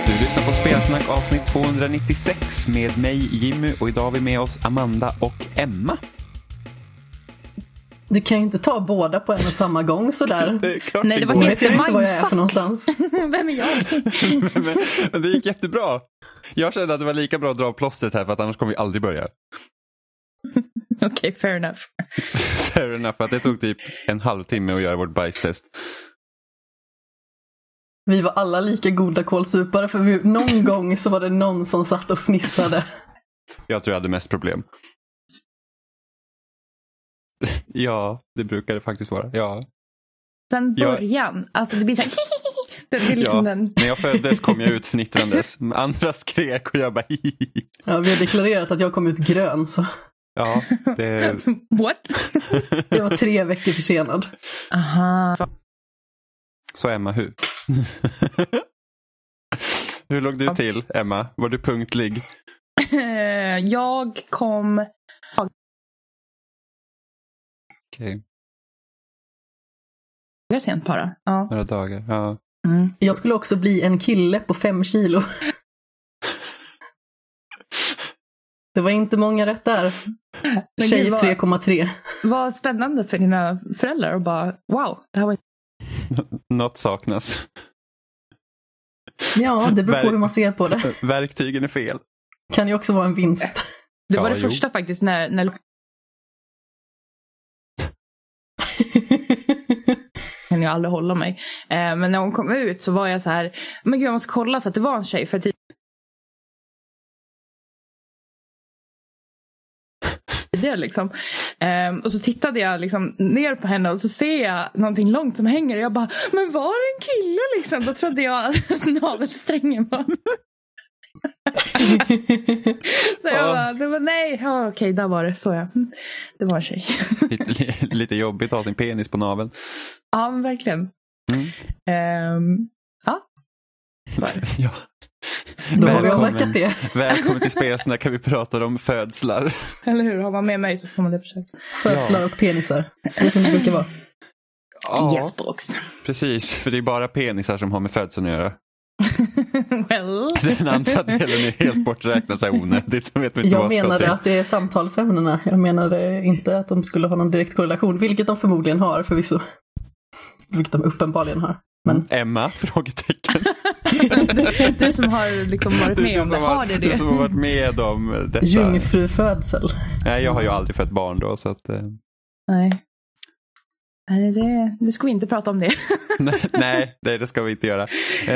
Du lyssnar på Spelsnack avsnitt 296 med mig Jimmy och idag har vi med oss Amanda och Emma. Du kan ju inte ta båda på en och samma gång sådär. Nej, det var jag vet inte var jag är för någonstans. Vem är jag? men det gick jättebra. Jag kände att det var lika bra att dra av plåstret här för att annars kommer vi aldrig börja. Okej, fair enough. Fair enough, att det tog typ en halvtimme att göra vårt bajstest. Vi var alla lika goda kålsupare för någon gång så var det någon som satt och fnissade. Jag tror jag hade mest problem. Ja, det brukar det faktiskt vara. Ja. Sen början, alltså det blir så här, det blir liksom den. När jag föddes kom jag ut fnittrandes. Andra skrek och jag bara Ja, vi har deklarerat att jag kom ut grön så. Ja, det... What? Jag var 3 veckor försenad. Aha. Så Emma, hur? Hur låg du till, Emma? Var du punktlig? Jag kom... Okej. Det är sent bara. Ja. Några dagar, ja. Mm. Jag skulle också bli en kille på 5 kilo. Det var inte många rätt där. Tjej 3,3. Vad spännande för dina föräldrar och bara, wow, det här var... Något saknas. Ja, det beror på hur man ser på det. Verktygen är fel. Kan ju också vara en vinst. Det var det första faktiskt när... kan jag aldrig hålla mig. Men när hon kom ut så var jag så här, men gud jag måste kolla så att det var en tjej för det liksom. Och så tittade jag liksom ner på henne och så ser jag någonting långt som hänger och jag bara, men var det en kille liksom? Då trodde jag att navelsträngen var. Så jag bara, det var nej, ja, okej, där var det, så ja. Det var en tjej. lite jobbigt att ha sin penis på naveln. Ja, men verkligen. Ja. Ja. Då har vi avverkat det. Välkommen till Spelsnack, kan vi prata om födslar. Eller hur, har man med mig så får man det försöka. Födslar och penisar, det är som det brukar vara. Ja, yes, box. Precis, för det är bara penisar som har med födseln att göra. Well. Den andra delen är helt borträknad så här onödigt. Jag menade att det är samtalsämnena. Jag menade inte att de skulle ha någon direkt korrelation, vilket de förmodligen har förvisso. Vilket de uppenbarligen har. Men... Emma, frågetecken. du som har liksom varit med om det, har det? Du som har varit med om detta. Jungfrufödsel. Nej, jag har ju aldrig fött barn då, så att... Nej, det ska vi inte prata om det. nej, det ska vi inte göra.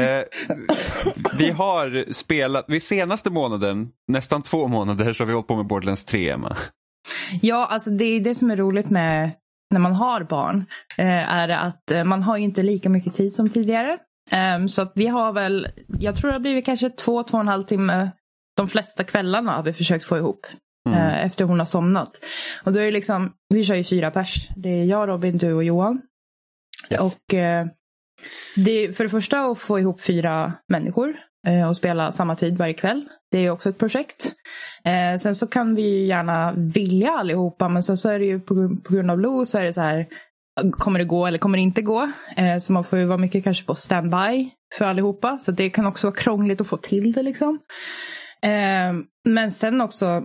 Vi har spelat, vid senaste månaden, nästan 2 månader, så har vi hållit på med Borderlands 3, Emma. Ja, alltså det är det som är roligt med när man har barn, är att man har ju inte lika mycket tid som tidigare. Så att vi har väl, jag tror det har blivit kanske 2,5 timme de flesta kvällarna har vi försökt få ihop. Efter hon har somnat. Och då är det liksom, vi kör ju 4 pers. Det är jag, Robin, du och Johan. Yes. Och det är för det första att få ihop 4 människor och spela samma tid varje kväll. Det är ju också ett projekt. Sen så kan vi ju gärna vilja allihopa, men så är det ju på grund av Lo så är det så här, kommer det gå eller kommer det inte gå? Så man får ju vara mycket kanske på standby för allihopa. Så det kan också vara krångligt att få till det liksom. Men sen också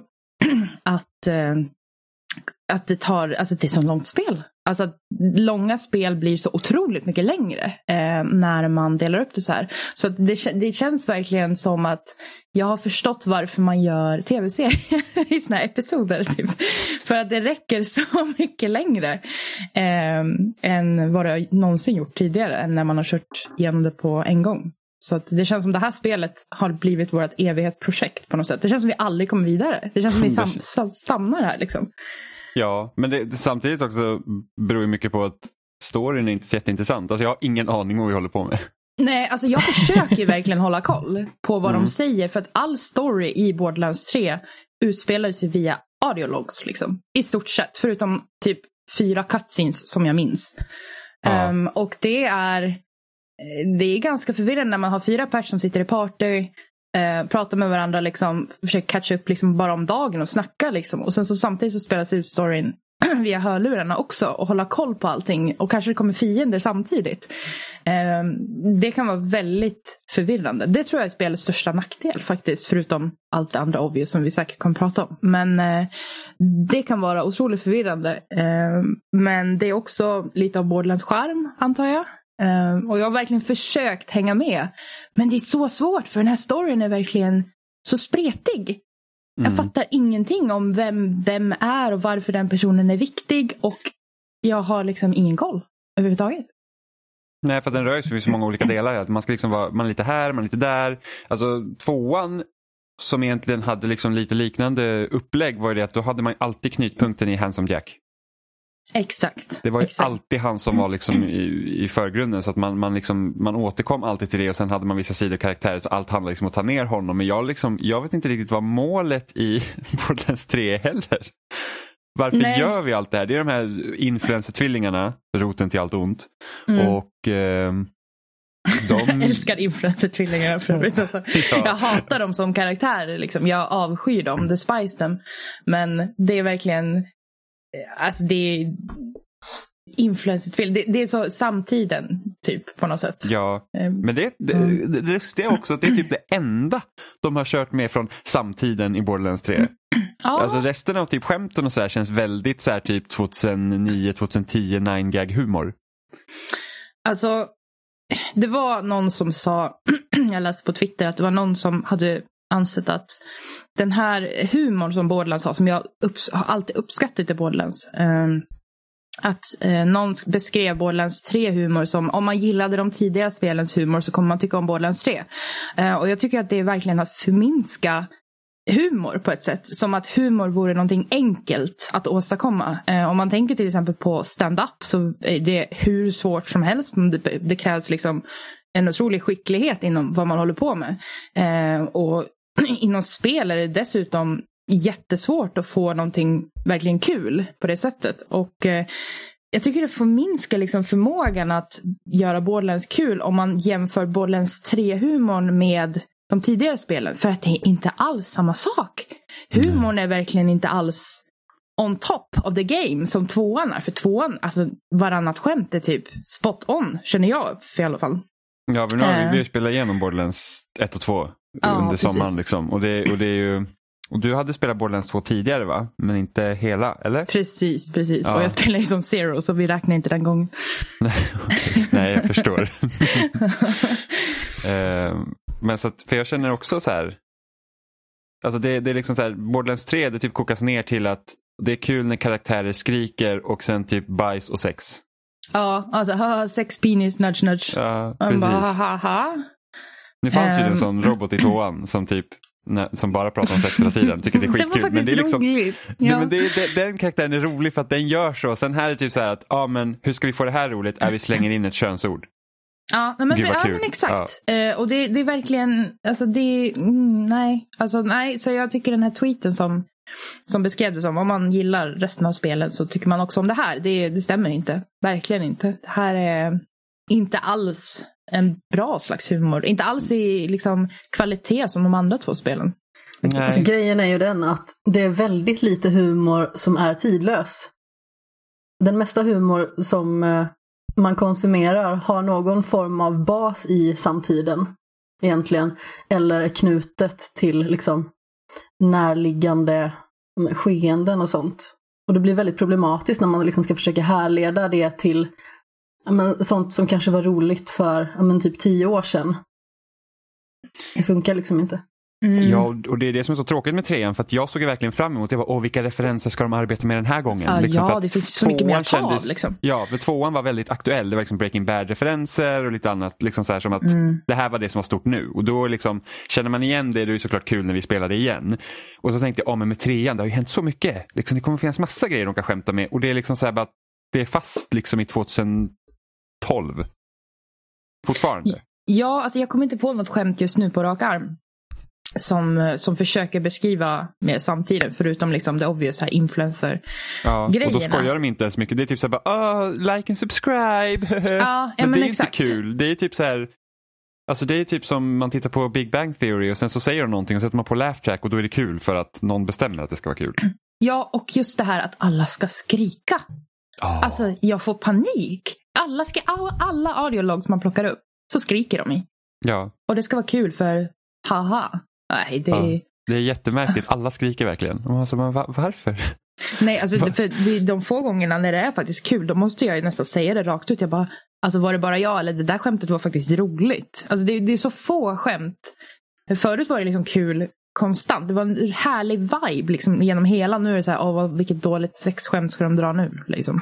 att det tar, alltså det är så långt spel. Alltså att långa spel blir så otroligt mycket längre när man delar upp det så här. Så att det känns verkligen som att jag har förstått varför man gör tv-serier i såna här episoder. Typ. För att det räcker så mycket längre än vad det har någonsin gjort tidigare. Än när man har kört igenom det på en gång. Så att det känns som det här spelet har blivit vårt evighetsprojekt på något sätt. Det känns som vi aldrig kommer vidare. Det känns som vi stannar här liksom. Ja, men det samtidigt också beror mycket på att storyn är inte så jätteintressant. Alltså jag har ingen aning om vad vi håller på med. Nej, alltså jag försöker ju verkligen hålla koll på vad de säger. För att all story i Borderlands 3 utspelar sig via audiologs liksom. I stort sett, förutom typ 4 cutscenes som jag minns. Och det är ganska förvirrande när man har 4 personer som sitter i party, pratar med varandra liksom, försöker catcha upp liksom bara om dagen och snacka liksom. Och sen så samtidigt så spelas ut storyn via hörlurarna också och hålla koll på allting och kanske det kommer fiender samtidigt. Det kan vara väldigt förvirrande. Det tror jag är spelets största nackdel faktiskt, förutom allt det andra obvious som vi säkert kommer prata om. Men det kan vara otroligt förvirrande. Men det är också lite av Borderlands charm, antar jag. Och jag har verkligen försökt hänga med. Men det är så svårt, för den här storyn är verkligen så spretig. Jag fattar ingenting om vem är och varför den personen är viktig. Och jag har liksom ingen koll överhuvudtaget. Nej, för den rör sig i så många olika delar. Man ska liksom vara, man är lite här, man är lite där. Alltså 2:an som egentligen hade liksom lite liknande upplägg var ju det att då hade man alltid knutpunkten i Handsome Jack. Exakt. Det var ju alltid han som var liksom i förgrunden, så att man återkom alltid till det, och sen hade man vissa sidokaraktärer, så allt handlade liksom om att ta ner honom. Men jag vet inte riktigt vad målet i Borderlands 3 heller. Varför gör vi allt det här? Det är de här influencer-tvillingarna, roten till allt ont. Och jag älskar influencer-tvillingar för övrigt. Alltså. Ja. Jag hatar dem som karaktärer. Liksom. Jag avskyr dem, despise dem. Men det är verkligen... Alltså det är influencer-tvillingar. Det är så samtiden, typ, på något sätt. Ja, men det är också att det är typ det enda de har kört med från samtiden i Borderlands 3. Alltså resten av typ skämten och så här känns väldigt så här typ 2009-2010 9gag-humor. Alltså, det var någon som sa, jag läste på Twitter, att det var någon som hade ansett att den här humor som Borderlands har, som jag har alltid uppskattat i Borderlands, att någon beskrev Borderlands 3-humor som, om man gillade de tidigare spelens humor så kommer man tycka om Borderlands 3. Och jag tycker att det är verkligen att förminska humor på ett sätt, som att humor vore någonting enkelt att åstadkomma. Om man tänker till exempel på stand-up, så är det hur svårt som helst. Det krävs liksom en otrolig skicklighet inom vad man håller på med. Och inom spel är det dessutom jättesvårt att få någonting verkligen kul på det sättet. Och jag tycker det förminskar liksom förmågan att göra Borderlands kul om man jämför Borderlands 3-humorn med de tidigare spelen. För att det är inte alls samma sak. Humorn är verkligen inte alls on top of the game som 2:an är. För 2:an, alltså varannat skämt är typ spot on, känner jag för i alla fall. Ja, men nu har vi spelat igenom Borderlands 1 och 2 under sommaren liksom. Och det är ju... Och du hade spelat Borderlands 2 tidigare, va? Men inte hela, eller? Precis. Ja. Och jag spelar ju som Zero, så vi räknar inte den gången. Nej, jag förstår. Men så att, för jag känner också så här... Alltså det är liksom så här, Borderlands 3, det typ kokas ner till att det är kul när karaktärer skriker och sen typ bajs och sex. Ja, alltså sex, penis, nudge, nudge. Ja, precis. Bara, Nu fanns ju en sån robot i 2:an som typ som bara pratar om sex hela tiden. Tycker det är skitkul. Det var faktiskt men det är liksom, roligt. Ja. Nej, men den karaktären är rolig för att den gör så. Sen här är det typ så här att, men hur ska vi få det här roligt? Vi slänger in ett könsord. Ja, men exakt. Ja. Och det är verkligen, alltså nej. Så jag tycker den här tweeten som beskrev det som, om man gillar resten av spelen så tycker man också om det här. Det stämmer inte. Verkligen inte. Det här är inte alls en bra slags humor. Inte alls i liksom kvalitet som de andra 2 spelen. Alltså, grejen är ju den att det är väldigt lite humor som är tidlös. Den mesta humor som man konsumerar har någon form av bas i samtiden egentligen. Eller är knutet till liksom närliggande skeenden och sånt. Och det blir väldigt problematiskt när man liksom ska försöka härleda det till sånt som kanske var roligt för typ 10 år sedan. Det funkar liksom inte. Ja, och det är det som är så tråkigt med 3:an, för att jag såg verkligen fram emot det. Vilka referenser ska de arbeta med den här gången? Liksom, ja, det finns så mycket mer att ta av. Liksom. Ja, för 2:an var väldigt aktuell. Det var liksom Breaking Bad-referenser och lite annat. Liksom så här, som att det här var det som var stort nu. Och då liksom, känner man igen det, då är det såklart kul när vi spelar det igen. Och så tänkte jag, men med 3:an, det har ju hänt så mycket. Liksom, det kommer finnas massa grejer de kan skämta med. Och det är liksom så här, bara, det är fast liksom i 2012. Fortfarande. Ja, alltså jag kommer inte på något skämt just nu på rak arm. Som försöker beskriva mer samtiden, förutom liksom det obvious här influencer-grejerna. Och då skojar de inte ens mycket. Det är typ så här, like and subscribe. Ja, men det är exakt. Inte kul. Det är typ så här, alltså det är typ som man tittar på Big Bang Theory och sen så säger de någonting och sätter man på laugh track och då är det kul för att någon bestämmer att det ska vara kul. Ja, och just det här att alla ska skrika. Alltså, jag får panik. Alla audiologs man plockar upp, så skriker de i. Ja. Och det ska vara kul för haha. Nej, det är jättemärkligt. Alla skriker verkligen. Alltså, varför? Nej, alltså för de få gångerna när det är faktiskt kul, då måste jag ju nästan säga det rakt ut. Jag bara, alltså var det bara jag eller det där skämtet var faktiskt roligt. Alltså det är så få skämt. Förut var det liksom kul konstant. Det var en härlig vibe liksom genom hela. Nu är det så här, vilket dåligt sexskämt ska de dra nu liksom.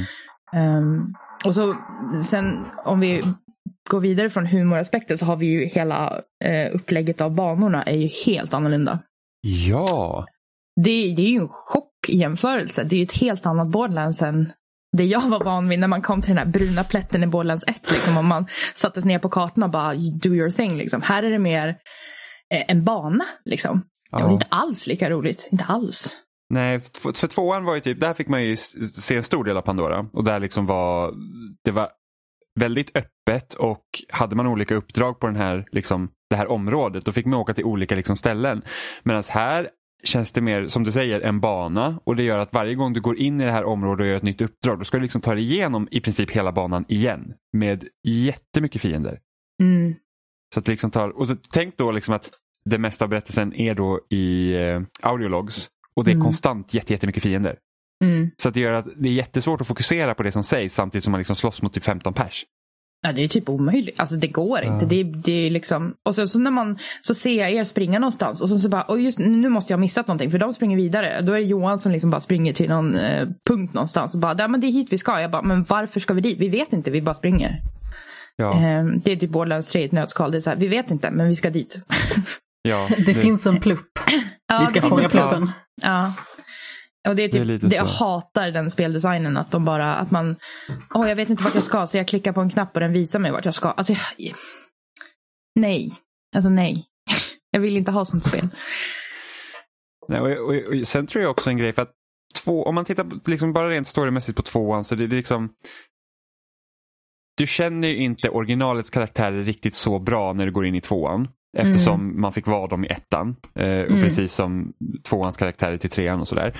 Och så sen om vi går vidare från humoraspekten, så har vi ju hela upplägget av banorna är ju helt annorlunda. Ja. Det är ju en chock i jämförelse. Det är ju ett helt annat Borderlands än det jag var van vid när man kom till den här bruna plätten i Borderlands 1 liksom, och man sattes ner på kartan och bara do your thing liksom. Här är det mer en bana liksom. Ja. Det var inte alls lika roligt, inte alls. Nej, för tvåan var ju typ, där fick man ju se en stor del av Pandora, och där liksom det var väldigt öppet, och hade man olika uppdrag på den här liksom, det här området, då fick man åka till olika liksom ställen. Medan här känns det mer, som du säger, en bana, och det gör att varje gång du går in i det här området och gör ett nytt uppdrag, då ska du liksom ta dig igenom i princip hela banan igen med jättemycket fiender. Så att liksom och så tänk då liksom att det mesta av berättelsen är då i audiologs, och det är konstant jättemycket fiender. Så att det gör att det är jättesvårt att fokusera på det som sägs samtidigt som man liksom slåss mot typ 15 pers. Ja, det är typ omöjligt. Alltså det går inte. Det är liksom... Och så när man så ser jag er springa någonstans, och så bara, och just nu måste jag ha missat någonting, för de springer vidare. Då är det Johan som liksom bara springer till någon punkt någonstans och bara, men det är hit vi ska. Jag bara, men varför ska vi dit? Vi vet inte, vi bara springer. Ja. Det är typ Borderlands 3 ett nötskal. Det är så här, vi vet inte, men vi ska dit. Ja, det finns en plupp. Vi ska fånga pluppen. Ja. Och det är typ det jag hatar den speldesignen, att de bara, att man jag vet inte vart jag ska, så jag klickar på en knapp och den visar mig vart jag ska. Alltså nej. Jag vill inte ha sånt spel. Nej, och sen tror jag också en grej, för att om man tittar på, liksom bara rent storymässigt på tvåan, så det är liksom, du känner ju inte originalets karaktärer riktigt så bra när du går in i tvåan. Eftersom man fick vara dem i ettan. Och precis som tvåans karaktärer till trean och sådär.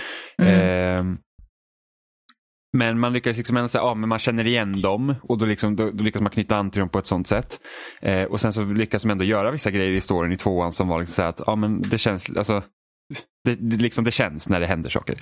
Men man lyckas liksom ändå säga, men man känner igen dem. Och då lyckas man knyta an till dem på ett sånt sätt. Och sen så lyckas man ändå göra vissa grejer i storyn i tvåan som var liksom så att, men det känns, alltså det känns när det händer saker.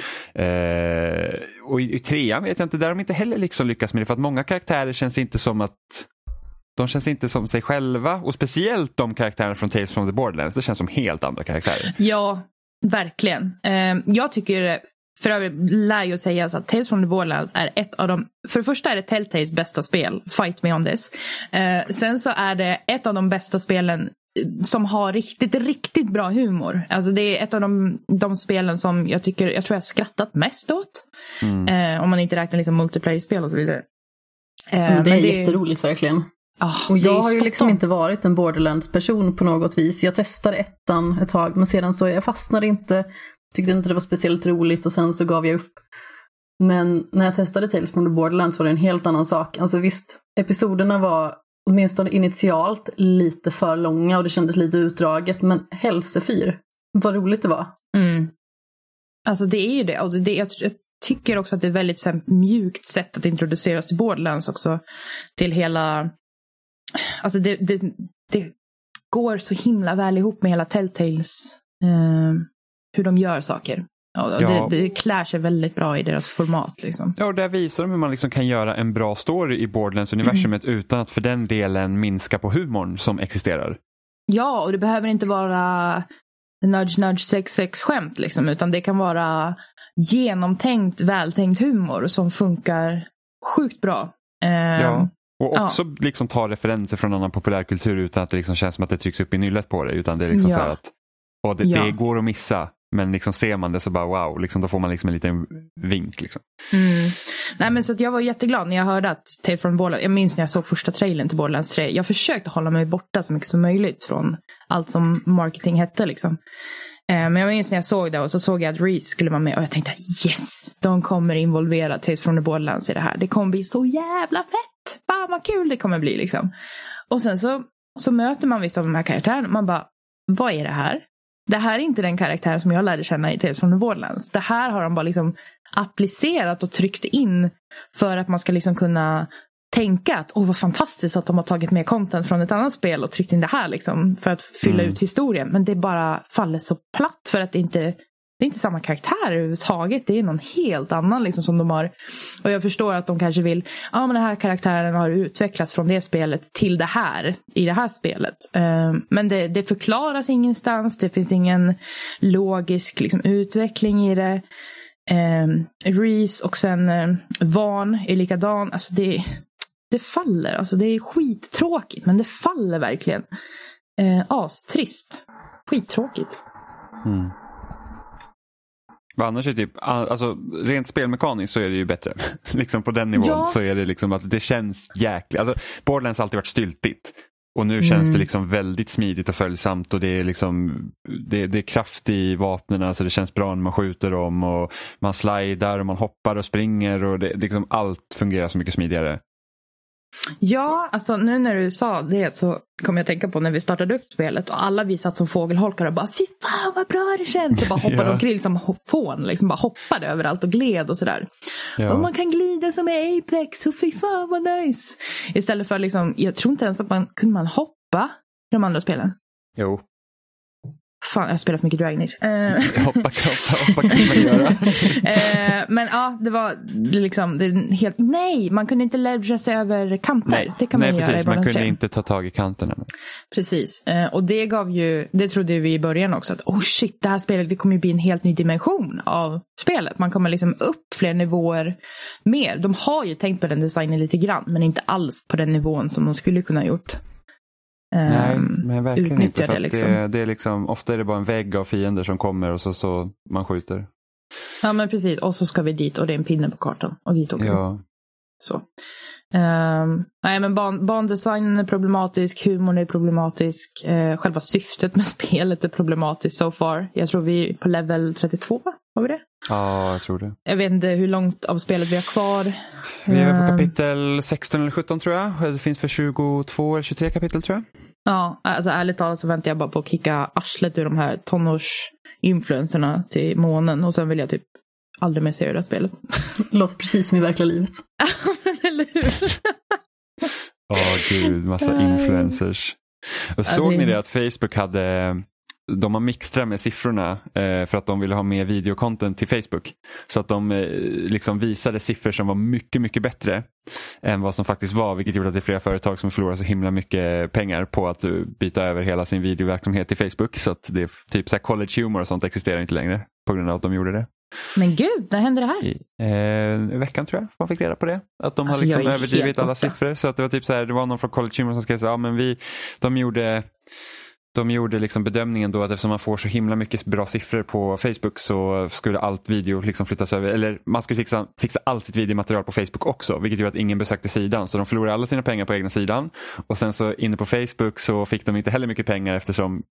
Och i trean vet jag inte, där de inte heller liksom lyckas med det. För att många karaktärer känns inte som att de känns inte som sig själva, och speciellt de karaktärerna från Tales from the Borderlands, det känns som helt andra karaktärer. Ja, verkligen. Jag tycker, för övrigt lär ju säga att Tales from the Borderlands är ett av de, för det första är det Telltales bästa spel, Fight Me On This. Sen så är det ett av de bästa spelen som har riktigt bra humor. Alltså det är ett av de spelen som jag tror jag skrattat mest åt. Om man inte räknar liksom multiplayer-spel och så vidare. Det är jätteroligt verkligen. Och jag har ju liksom inte varit en Borderlands-person på något vis. Jag testade ettan ett tag, men sedan så jag fastnade inte. Tyckte inte det var speciellt roligt, och sen så gav jag upp. Men när jag testade Tales from the Borderlands var det en helt annan sak. Alltså visst, episoderna var åtminstone initialt lite för långa och det kändes lite utdraget, men hälsefyr. Vad roligt det var. Alltså det är ju det. Och jag tycker också att det är ett väldigt så här, mjukt sätt att introduceras till Borderlands också. Till hela... Alltså det går så himla väl ihop med hela Telltales, hur de gör saker. Det klär sig väldigt bra i deras format liksom. Ja, och där visar de hur man liksom kan göra en bra story i Borderlands-universumet utan att för den delen minska på humorn som existerar. Ja, och det behöver inte vara nudge 6 skämt liksom, utan det kan vara genomtänkt, vältänkt humor som funkar sjukt bra. Och också liksom ta referenser från annan populärkultur utan att det liksom känns som att det trycks upp i nyllet på det, utan det är liksom så här att det går att missa, men liksom ser man det så bara wow, liksom, då får man liksom en liten vink liksom. Nej, men så att jag var jätteglad när jag hörde att Tales from Borderlands, jag minns när jag såg första trailern till Borderlands 3, jag försökte hålla mig borta så mycket som möjligt från allt som marketing hette liksom. Men jag minns när jag såg det, och så såg jag att Reese skulle vara med, och jag tänkte yes, de kommer involvera Tales from the Borderlands i det här. Det kommer bli så jävla fett. Fan vad kul det kommer bli liksom. Och sen så möter man vissa av de här karaktärerna. Man bara, vad är det här? det här är inte den karaktär som jag lärde känna i Tales from the Borderlands. Det här har de bara liksom applicerat och tryckt in för att man ska liksom kunna tänka att vad fantastiskt att de har tagit med content från ett annat spel och tryckt in det här liksom för att fylla ut historien. Men det bara faller så platt för att det är inte samma karaktär överhuvudtaget. Det är någon helt annan liksom som de har. Och jag förstår att de kanske vill, men den här karaktären har utvecklats från det spelet till det här, i det här spelet. Men det förklaras ingenstans. Det finns ingen logisk liksom, utveckling i det. Reese och sen Van är likadan. Alltså det faller. Alltså det är skittråkigt, men det faller verkligen. Astrist. Skittråkigt. Mm. Annars är typ, alltså rent spelmekaniskt så är det ju bättre. Liksom på den nivån så är det liksom att det känns jäkligt. Alltså Borderlands har alltid varit styltigt. Och nu känns det liksom väldigt smidigt och följsamt och det är liksom det är kraft i vapnen, så det känns bra när man skjuter dem och man slidar och man hoppar och springer och det liksom allt fungerar så mycket smidigare. Ja, alltså nu när du sa det så kom jag att tänka på när vi startade upp spelet och alla vi satt som fågelholkar och bara fy fan vad bra det känns och bara hoppade omkring som fån, liksom bara hoppade överallt och gled och sådär. Ja. Och man kan glida som i Apex och fy fan vad nice. Istället för liksom, jag tror inte ens att kunde man hoppa i de andra spelen. Jo. Fan, jag spelar för mycket Dragon Age. Hoppa kan man göra. Men ja, det var liksom det helt, nej, man kunde inte ledga sig över kanter. Nej, det kan man precis, göra i man kunde inte ta tag i kanterna. Precis, och det gav ju, det trodde vi i början också att shit, det här spelet, det kommer ju bli en helt ny dimension av spelet. Man kommer liksom upp fler nivåer mer. De har ju tänkt på den designen lite grann, men inte alls på den nivån som de skulle kunna ha gjort. Nej, men verkligen inte. För liksom. Det är liksom, ofta är det bara en vägg av fiender som kommer och så man skjuter. Ja, men precis. Och så ska vi dit och det är en pinne på kartan. Och dit åker vi. Så. Nej, men bandesignen är problematisk. Humorn är problematisk. Själva syftet med spelet är problematiskt so far. Jag tror vi är på level 32. Har vi det? Ja, jag tror det. Jag vet inte hur långt av spelet vi har kvar. Vi är på kapitel 16 eller 17 tror jag. Det finns för 22 eller 23 kapitel tror jag. Ja, alltså ärligt talat så väntar jag bara på att kicka arslet ur de här tonårsinfluencerna till månen. Och sen vill jag typ aldrig mer se det här spelet. Låter precis som i verkliga livet. Eller hur? Gud, massa influencers. Och såg ni det att Facebook de har mixtrat med siffrorna för att de ville ha mer videocontent till Facebook. Så att de liksom visade siffror som var mycket, mycket bättre än vad som faktiskt var. Vilket gjorde att det är flera företag som förlorar så himla mycket pengar på att byta över hela sin videoverksamhet till Facebook. Så att det är typ så här college humor och sånt existerar inte längre på grund av att de gjorde det. Men gud, när hände det här? I veckan tror jag man fick reda på det. Att de har liksom överdrivit alla siffror. Så att det var typ så här, det var någon från college humor som skrev så men de gjorde liksom bedömningen då att eftersom man får så himla mycket bra siffror på Facebook så skulle allt video liksom flyttas över, eller man skulle fixa allt sitt videomaterial på Facebook också, vilket gjorde att ingen besökte sidan, så de förlorade alla sina pengar på egna sidan och sen så inne på Facebook så fick de inte heller mycket pengar eftersom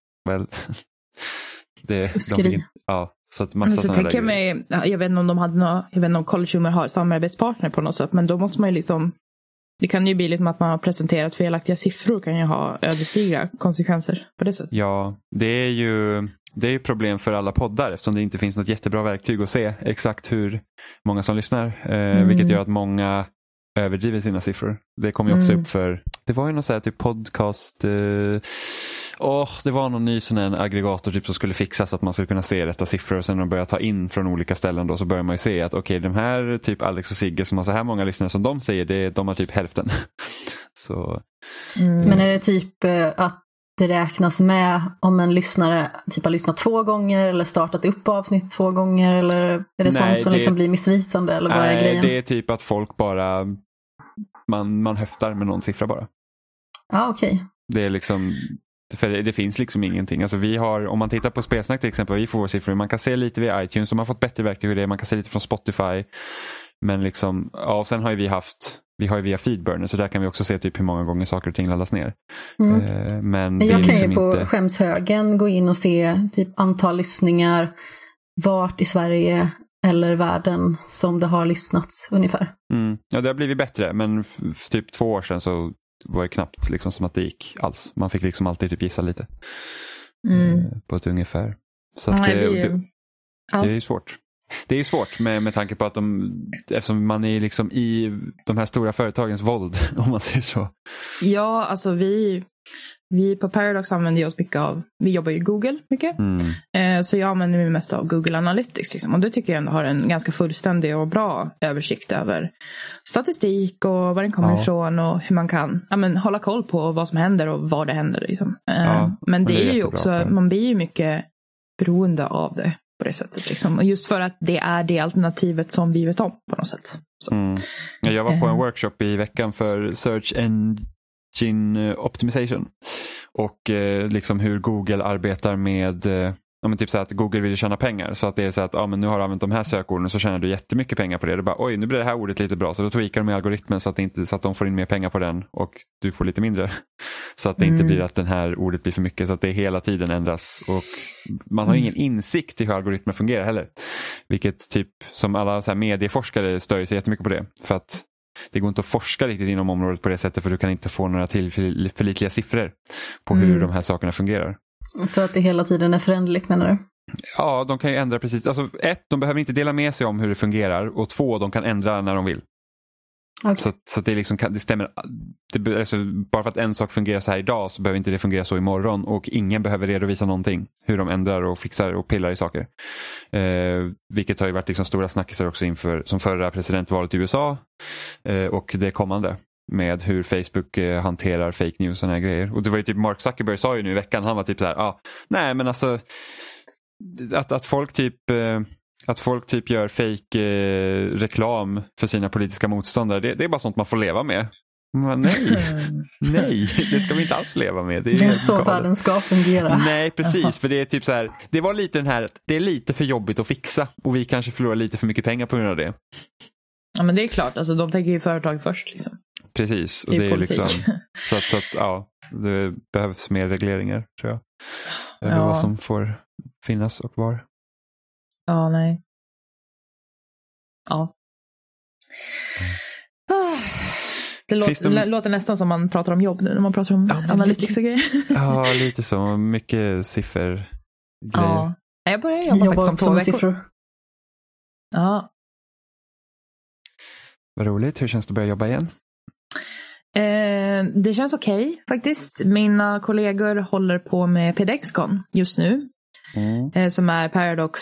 så att massa sådana där jag vet inte om de hade jag vet inte om College Humor har samarbetspartner på något sätt, men då måste man ju liksom, det kan ju bli lite med att man har presenterat felaktiga siffror, kan ju ha ödesdigra konsekvenser på det sättet. Ja, det är ju problem för alla poddar eftersom det inte finns något jättebra verktyg att se exakt hur många som lyssnar. Vilket gör att många överdriver sina siffror. Det kommer ju också upp för, det var ju någon sån här typ podcast, det var någon ny sån här aggregator typ som skulle fixas så att man skulle kunna se rätta siffror och sen när de börjar ta in från olika ställen då så börjar man ju se att okej, de här typ Alex och Sigge som har så här många lyssnare som de säger, de har typ hälften. Så. Men är det typ att det räknas med om en lyssnare typ har lyssnat 2 gånger eller startat upp avsnitt 2 gånger eller är det sånt som liksom blir missvisande eller vad är grejen? Det är typ att folk bara man höftar med någon siffra bara. Ja, okej. Det är liksom, för det finns liksom ingenting. Alltså vi har, om man tittar på Spelsnack till exempel, vi får våra siffror, man kan se lite via iTunes, de har fått bättre verktyg i det, man kan se lite från Spotify, men liksom, och sen har ju vi har ju via Feedburner, så där kan vi också se typ hur många gånger saker och ting laddas ner. Men jag kan liksom ju på skämshögen gå in och se typ antal lyssningar vart i Sverige eller världen som det har lyssnats ungefär. Ja, det har blivit bättre, men för typ 2 år sedan så var det knappt liksom som att det gick alls. Man fick liksom alltid typ gissa lite på ett ungefär. Så att det är ju svårt. Det är ju svårt med tanke på att eftersom man är liksom i de här stora företagens våld, om man säger så. Ja, alltså vi på Paradox använder oss mycket vi jobbar ju Google mycket. Så jag använder mig mest av Google Analytics liksom. Och det tycker jag ändå har en ganska fullständig och bra översikt över statistik och var den kommer ifrån och hur man kan hålla koll på vad som händer och var det händer liksom. Men det är ju också, man blir ju mycket beroende av det på det sättet liksom. Och just för att det är det alternativet som vi vet om på något sätt. Så. Jag var på en workshop i veckan för Search Engine Optimization och liksom hur Google arbetar med typ så att Google vill tjäna pengar, så att det är så att men nu har du använt de här sökorden så tjänar du jättemycket pengar på det. Det är bara, oj, nu blir det här ordet lite bra, så då tweakar de i algoritmen så att de får in mer pengar på den och du får lite mindre, så att det inte blir att den här ordet blir för mycket, så att det hela tiden ändras och man har ingen insikt i hur algoritmer fungerar heller, vilket typ som alla så här medieforskare stör sig jättemycket på det, för att det går inte att forska riktigt inom området på det sättet, för du kan inte få några tillförlitliga siffror på hur de här sakerna fungerar. För att det hela tiden är förändligt, menar du? Ja, de kan ju ändra precis. Alltså 1, de behöver inte dela med sig om hur det fungerar, och 2, de kan ändra när de vill. Okay. Så det, liksom, det stämmer. Alltså, bara för att en sak fungerar så här idag så behöver inte det fungera så imorgon, och ingen behöver redovisa någonting hur de ändrar och fixar och pillar i saker. Vilket har ju varit liksom stora snackisar också inför som förra presidentvalet i USA och det kommande, med hur Facebook hanterar fake news och såna här grejer. Och det var ju typ Mark Zuckerberg sa ju nu i veckan, han var typ så här, nej men alltså att folk typ gör fake reklam för sina politiska motståndare, det är bara sånt man får leva med. Men nej, det ska vi inte alls leva med. Det är så världen ska fungera. Nej, precis, för det är typ så här, det var lite den här, det är lite för jobbigt att fixa och vi kanske förlorar lite för mycket pengar på grund av det. Ja, men det är klart, alltså de tänker ju företag först liksom. Precis, och det är liksom så att det behövs mer regleringar, tror jag. Över vad som får finnas och var. Ja, nej. Ja. Det låter nästan som man pratar om jobb nu när man pratar om analytics och grejer. Ja, lite så. Mycket siffror. Ja. Jag börjar jobba faktiskt om 2 veckor. Siffror. Ja. Vad roligt. Hur känns det att börja jobba igen? Det känns okej, faktiskt. Mina kollegor håller på med PDXCon just nu. Som är Paradox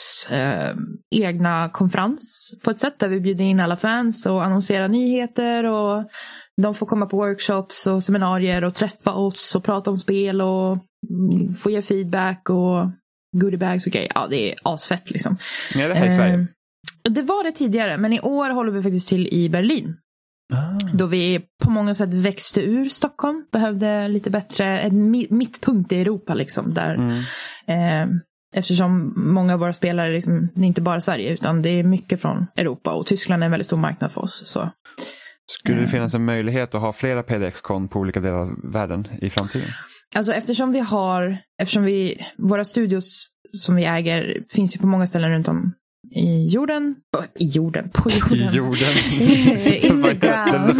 egna konferens på ett sätt där vi bjuder in alla fans och annonserar nyheter, och de får komma på workshops och seminarier och träffa oss och prata om spel och få ge feedback och goodiebags och grejer. Ja, det är asfett liksom. Ja, det här i Sverige. Det var det tidigare, men i år håller vi faktiskt till i Berlin. Då vi på många sätt växte ur Stockholm, behövde lite bättre en mittpunkt i Europa liksom, där eftersom många av våra spelare liksom, det är inte bara Sverige utan det är mycket från Europa, och Tyskland är en väldigt stor marknad för oss. Så. Skulle det finnas en möjlighet att ha flera PDX-kon på olika delar av världen i framtiden? Alltså eftersom våra studios som vi äger finns ju på många ställen runt om på jorden. I jorden. In the ground.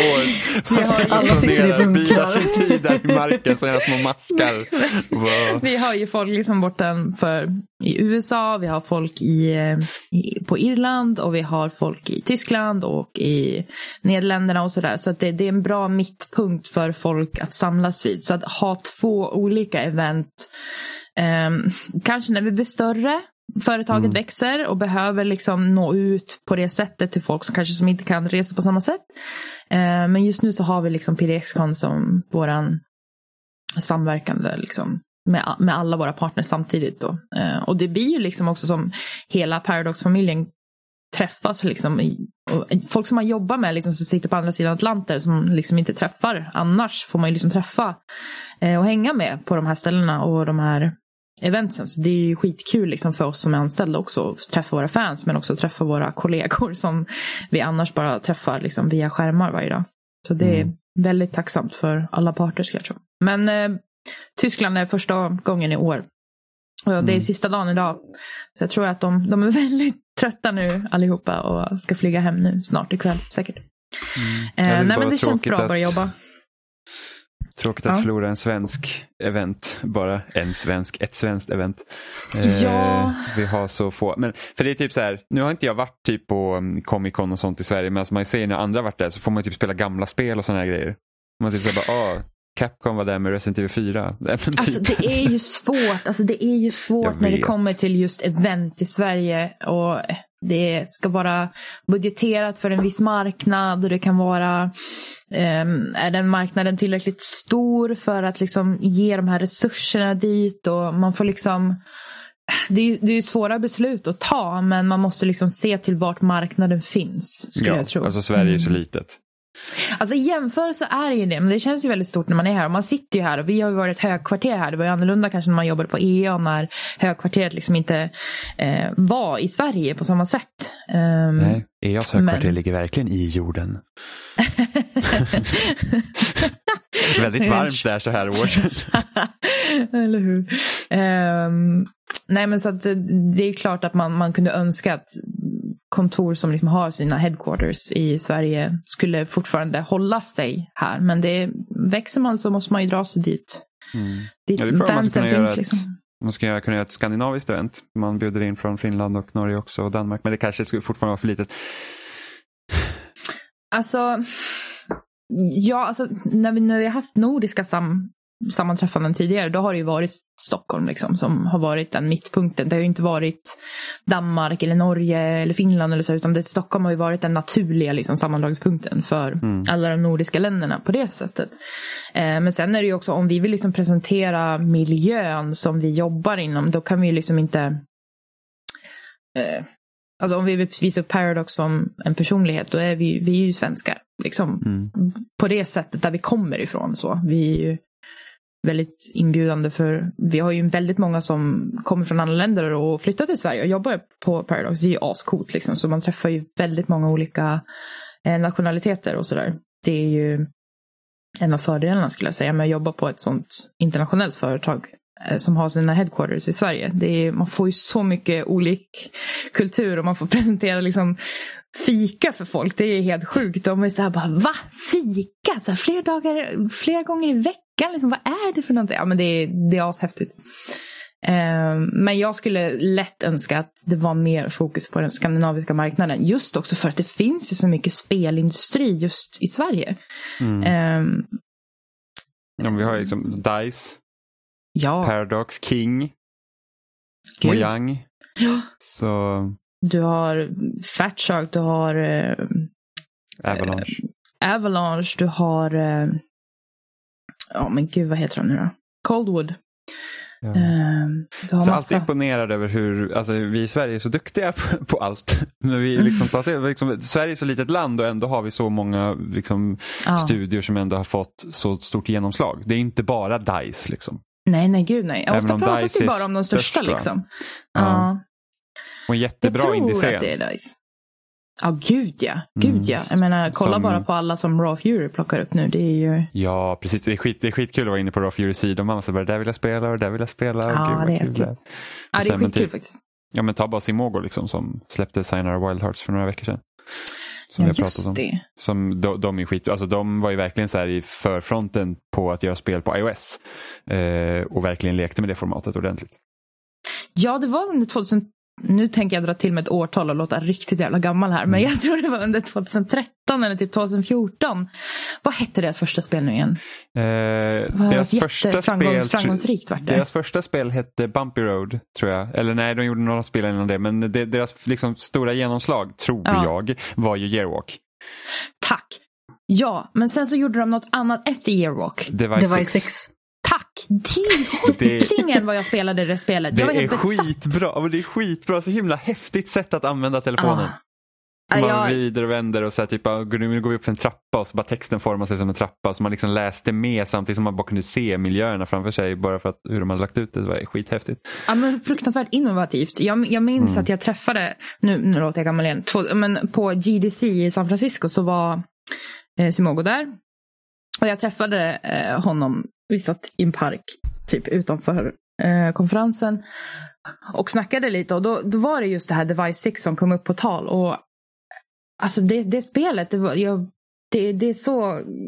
Alla sitter i bunkrar. Sin tid där i marken så är små maskar. Wow. Vi har ju folk liksom borta i USA, vi har folk på Irland, och vi har folk i Tyskland och i Nederländerna och sådär. Så att det är en bra mittpunkt för folk att samlas vid. Så att ha 2 olika event, kanske när vi blir större, företaget växer och behöver liksom nå ut på det sättet till folk som inte kan resa på samma sätt. Men just nu så har vi liksom PDXCon som våran samverkande liksom med alla våra partners samtidigt då. Och det blir ju liksom också som hela Paradox-familjen träffas liksom, och folk som man jobbar med liksom, som sitter på andra sidan Atlanten som liksom inte träffar annars, får man ju liksom träffa och hänga med på de här ställena och de här eventsen. Så det är ju skitkul liksom för oss som är anställda också att träffa våra fans, men också träffa våra kollegor som vi annars bara träffar liksom via skärmar varje dag. Så det är väldigt tacksamt för alla parter, ska jag tro. Men Tyskland är första gången i år. Och det är sista dagen idag. Så jag tror att de är väldigt trötta nu allihopa och ska flyga hem nu snart ikväll säkert. Nej, men det känns bra att börja jobba. Tråkigt att förlora en svensk event. Bara ett svenskt event. Ja. Vi har så få. Men, för det är typ så här, nu har inte jag varit typ på Comic Con och sånt i Sverige, men alltså man ser när andra varit där så får man typ spela gamla spel och såna här grejer. Man typ så bara, Capcom var där med Resident Evil 4. Alltså det är ju svårt. Alltså det är ju svårt när det kommer till just event i Sverige. Och det ska vara budgeterat för en viss marknad. Och det kan vara, är den marknaden tillräckligt stor för att liksom ge de här resurserna dit. Och man får liksom, det är ju svåra beslut att ta. Men man måste liksom se till vart marknaden finns, skulle jag tro. Alltså Sverige är så litet. Alltså i jämförelse är det ju det, men det känns ju väldigt stort när man är här. Och man sitter ju här och vi har ju varit högkvarter här. Det var ju annorlunda kanske när man jobbade på EA, när högkvarteret liksom inte var i Sverige på samma sätt. Nej, EAs högkvarter ligger verkligen i jorden. Väldigt varmt där så här års. Eller hur? Nej, men så att det är klart att man kunde önska att kontor som liksom har sina headquarters i Sverige skulle fortfarande hålla sig här. Men det växer man så måste man ju dra sig dit. Dit fansen finns liksom. Man ska kunna göra ett skandinaviskt event. Man bjuder in från Finland och Norge också och Danmark. Men det kanske skulle fortfarande vara för litet. Alltså, ja, alltså när vi har haft nordiska sammanträffanden tidigare, då har det ju varit Stockholm liksom, som har varit den mittpunkten. Det har ju inte varit Danmark eller Norge eller Finland eller så, utan Stockholm har ju varit den naturliga liksom, sammandragspunkten för alla de nordiska länderna på det sättet. Men sen är det ju också, om vi vill liksom presentera miljön som vi jobbar inom, då kan vi ju liksom inte alltså om vi vill visa upp Paradox som en personlighet, då är vi är ju svenskar liksom, på det sättet där vi kommer ifrån. Så vi är ju väldigt inbjudande, för vi har ju väldigt många som kommer från andra länder och flyttar till Sverige och jobbar på Paradox. Det är ju ascoolt liksom, så man träffar ju väldigt många olika nationaliteter och sådär. Det är ju en av fördelarna, skulle jag säga, med att jobba på ett sånt internationellt företag som har sina headquarters i Sverige. Man får ju så mycket olik kultur och man får presentera liksom fika för folk. Det är helt sjukt. De är så här bara, va? Fika? Så här, flera gånger i veckan? Liksom, vad är det för någonting? Ja, men det är ashäftigt. Men jag skulle lätt önska att det var mer fokus på den skandinaviska marknaden. Just också för att det finns ju så mycket spelindustri just i Sverige. Ja, vi har liksom DICE, Paradox, King, Mojang. Ja. Så... Du har Fat Shark, du har Avalanche, du har men gud, vad heter de nu då? Coldwood. Ja. Så alltid imponerad över hur, alltså, vi i Sverige är så duktiga på allt. När vi liksom, Sverige är så litet land och ändå har vi så många liksom, studier som ändå har fått så stort genomslag. Det är inte bara DICE liksom. Nej, gud nej. Ofta pratas det bara om de största liksom. Ja. Och jättebra indie-scen. Jag tror att det är DICE. Ja, gud ja. Jag menar, kolla bara på alla som Raw Fury plockar upp nu. Det är ju... Ja, precis. Det är skitkul att vara inne på Raw Fury sida. Man måste bara, där vill jag spela och där vill jag spela. Ja, det är häftigt. Ja, det är skitkul faktiskt. Ja, men ta bara Simogo liksom, som släppte Sayonara Wild Hearts för några veckor sedan. Som ja, just om. Det. Som de är skit. Alltså de var ju verkligen så här i förfronten på att göra spel på iOS. Och verkligen lekte med det formatet ordentligt. Ja, det var under 2000. Nu tänker jag dra till med ett årtal och låta riktigt jävla gammal här. Men jag tror det var under 2013 eller typ 2014. Vad hette deras första spel nu igen? Deras första spel hette Bumpy Road, tror jag. Eller nej, de gjorde några spel innan det. Men deras liksom stora genomslag, tror jag, var ju Yearwalk. Tack. Ja, men sen så gjorde de något annat efter Yearwalk. Device 6. Tack, tingen vad jag spelade det spelet. Jag var helt besatt. Skitbra, men det är skitbra, så himla häftigt sätt att använda telefonen. Man vrider och vänder och så här, typ, nu går vi upp för en trappa och så bara texten formar sig som en trappa, så man liksom läste med samtidigt som man bara kunde se miljöerna framför sig, bara för att hur de hade lagt ut det var skithäftigt. Ja, men fruktansvärt innovativt. Jag minns att jag träffade, nu låter jag gammal igen, men på GDC i San Francisco så var Simogo där och jag träffade honom. Vi satt i en park typ utanför konferensen och snackade lite, och då var det just det här Device 6 som kom upp på tal. Och alltså det spelet, det är så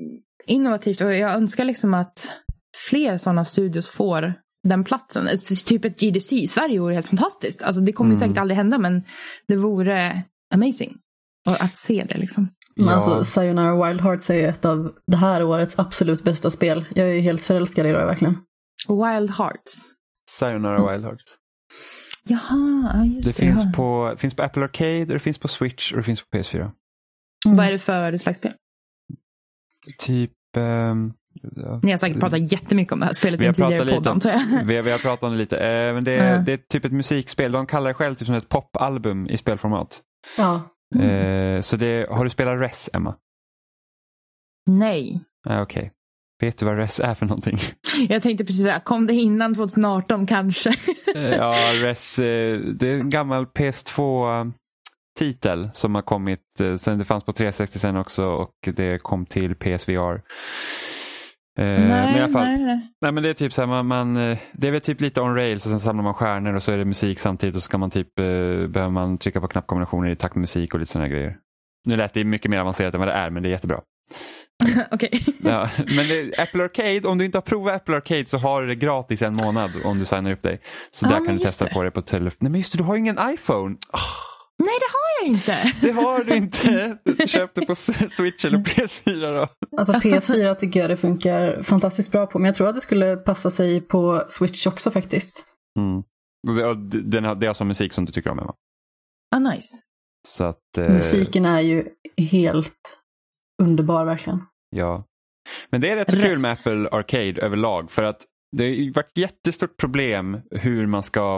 innovativt och jag önskar liksom att fler sådana studios får den platsen. Typ ett GDC i Sverige vore helt fantastiskt. Alltså det kommer säkert aldrig hända, men det vore amazing att se det liksom. Men alltså, Sayonara Wild Hearts är ett av det här årets absolut bästa spel. Jag är helt förälskad i det verkligen. Wild Hearts. Sayonara Wild Hearts. Jaha, just det. Finns på Apple Arcade, det finns på Switch och det finns på PS4. Vad är det för slags spel? Typ... Ni har säkert pratat jättemycket om det här spelet i en tidigare podd, antar jag. Vi har pratat om det lite. Men det är typ ett musikspel. De kallar det själv typ som ett popalbum i spelformat. Ja. Så har du spelat Res, Emma? Nej. Okej. Vet du vad Res är för någonting? Jag tänkte precis säga, kom det innan 2018 kanske? Ja, Res, det är en gammal PS2-titel som har kommit, sen det fanns på 360 sen också och det kom till PSVR. Men i alla fall, nej, men det är typ så här, det är väl typ lite on rails och sen samlar man stjärnor och så är det musik samtidigt och så ska man typ, behöver man trycka på knappkombinationer i takt med musik och lite sådana grejer. Nu lät det mycket mer avancerat än vad det är, men det är jättebra. Okej. Ja, men Apple Arcade, om du inte har provat Apple Arcade så har du det gratis en månad om du signar upp dig. Så där kan du testa på det på telefon. Nej men just det, du har ju ingen iPhone. Nej, det har jag inte. Det har du inte. Köp det på Switch eller PS4 då. Alltså PS4 tycker jag det funkar fantastiskt bra på. Men jag tror att det skulle passa sig på Switch också faktiskt. Det är alltså musik som du tycker om, Emma. Nice. Så att, musiken är ju helt underbar verkligen. Ja. Men det är rätt kul med Apple Arcade överlag. För att det har varit ett jättestort problem hur man ska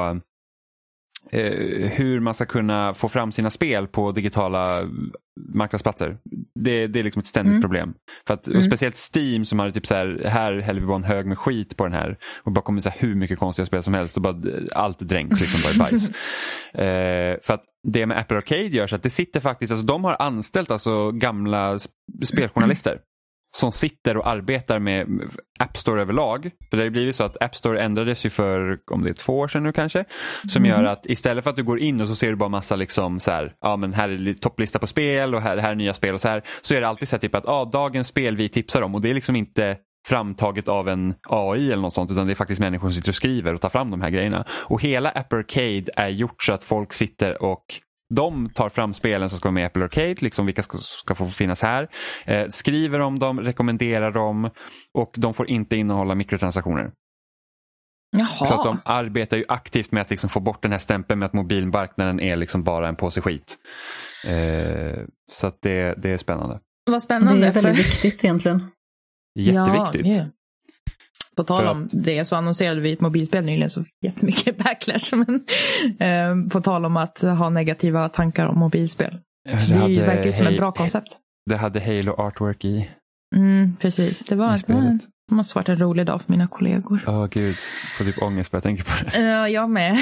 kunna få fram sina spel på digitala marknadsplatser. Det är liksom ett ständigt problem. För att, och speciellt Steam som hade typ så här häller vi bara en hög med skit på den här och bara kommer så här hur mycket konstiga spel som helst och bara allt dränks liksom bara i bajs. För att det med Apple Arcade gör så att det sitter faktiskt, alltså de har anställt alltså gamla speljournalister som sitter och arbetar med App Store överlag. För det har blivit så att App Store ändrades ju för, om det är 2 år sedan nu kanske, som gör att istället för att du går in och så ser du bara massa liksom så här, ja men här är topplista på spel och här är nya spel och så här, så är det alltid så här typ att dagens spel vi tipsar om, och det är liksom inte framtaget av en AI eller något sånt, utan det är faktiskt människor som sitter och skriver och tar fram de här grejerna. Och hela Apple Arcade är gjort så att folk sitter och de tar fram spelen som ska vara med i Apple Arcade, liksom vilka ska få finnas här, skriver om dem, rekommenderar dem, och de får inte innehålla mikrotransaktioner. Jaha. Så att de arbetar ju aktivt med att liksom få bort den här stämpeln med att mobilmarknaden är liksom bara en påse skit. Så att det är spännande. Vad spännande. Det är väldigt viktigt egentligen. Jätteviktigt. Ja, på tal om det så annonserade vi ett mobilspel nyligen så jättemycket backlash, men på tal om att ha negativa tankar om mobilspel. Det verkar ju som ett bra koncept. Det hade Halo artwork i. Precis, det måste varit en rolig dag för mina kollegor. Gud, får typ ångest bara jag tänker på det. Jag med.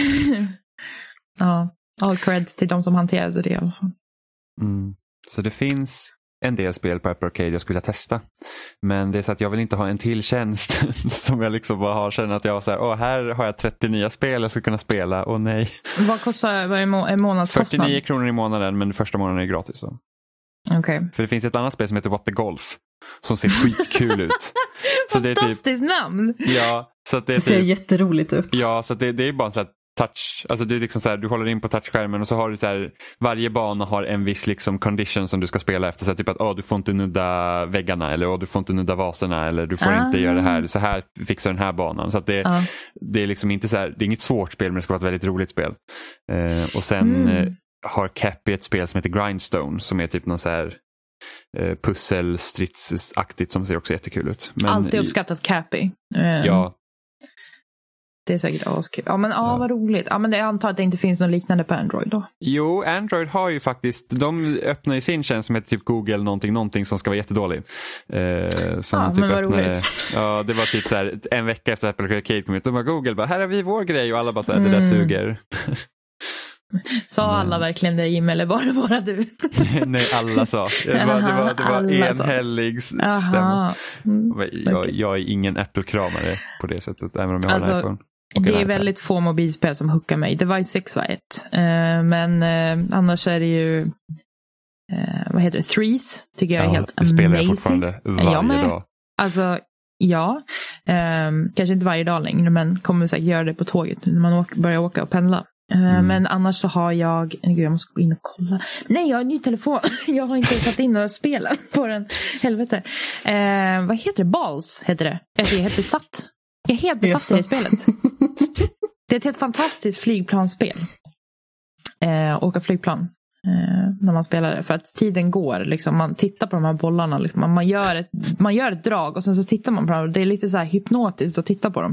Ja, all cred till de som hanterade det i alla fall. Så det finns en del spel på Apple Arcade jag skulle vilja testa. Men det är så att jag vill inte ha en till tjänst som jag liksom bara har, känner att jag har så här, här har jag 30 nya spel jag ska kunna spela, nej. Vad är en månadskostnad? 49 kronor i månaden, men första månaden är gratis. Okay. För det finns ett annat spel som heter What the Golf som ser skitkul ut. Så fantastiskt namn! Ja, så att det ser jätteroligt ut. Ja, så att det är bara så här touch, alltså du liksom så här, du håller in på touchskärmen och så har du så här, varje bana har en viss liksom condition som du ska spela efter, så här, typ att du får inte nudda väggarna, eller du får inte nudda vaserna, eller du får inte göra det här, så här fixar den här banan, så att det är liksom inte så här, det är inget svårt spel, men det ska vara ett väldigt roligt spel. Och sen har Cappy ett spel som heter Grindstone som är typ någon så här pusselstridsaktigt som ser också jättekul ut. Men alltid uppskattat Cappy. Ja. Det är säkert askul. Ja, men vad roligt. Ja, men jag antar att det inte finns något liknande på Android då. Jo, Android har ju faktiskt, de öppnar ju sin tjänst som heter typ Google någonting som ska vara jättedålig. Som typ men vad roligt. Ja, det var typ så här en vecka efter Apple Arcade kom ut. De bara, Google bara, här har vi vår grej, och alla bara så här, det där suger. Sa alla verkligen det, Jim, eller var det bara du? Nej, alla sa. Det var enhällig stämma. Jag är ingen Apple-kramare på det sättet, även om jag har en iPhone. Det är väldigt få mobilspel som hookar mig. Device 6 var ett. Men annars är det ju vad heter det? Threes tycker jag är helt det spelar amazing. jag fortfarande varje dag. Alltså, ja. Kanske inte varje dag längre, men kommer säkert göra det på tåget när man börjar åka och pendla. Men annars så har jag måste gå in och kolla. Nej, jag har en ny telefon. Jag har inte satt in och spelat på den. Helvete. Vad heter det? Balls heter det. Jag är helt besatt. Jag är helt besatt i det spelet. Det är ett helt fantastiskt flygplansspel. Åka flygplan. När man spelar det. För att tiden går. Liksom, man tittar på de här bollarna. Liksom, man gör ett drag och sen så tittar man på dem. Det är lite så här hypnotiskt att titta på dem.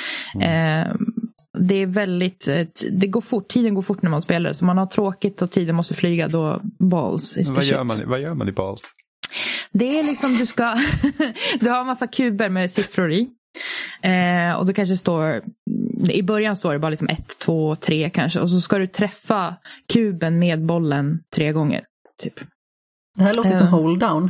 Det är väldigt, det går fort, tiden går fort när man spelar, så man har tråkigt och tiden måste flyga, då balls is the shit. Vad gör man i balls? Det är liksom du har en massa kuber med siffror i, och det kanske står, i början står det bara liksom 1, 2, 3 kanske, och så ska du träffa kuben med bollen 3 gånger typ. Det här låter som hold down.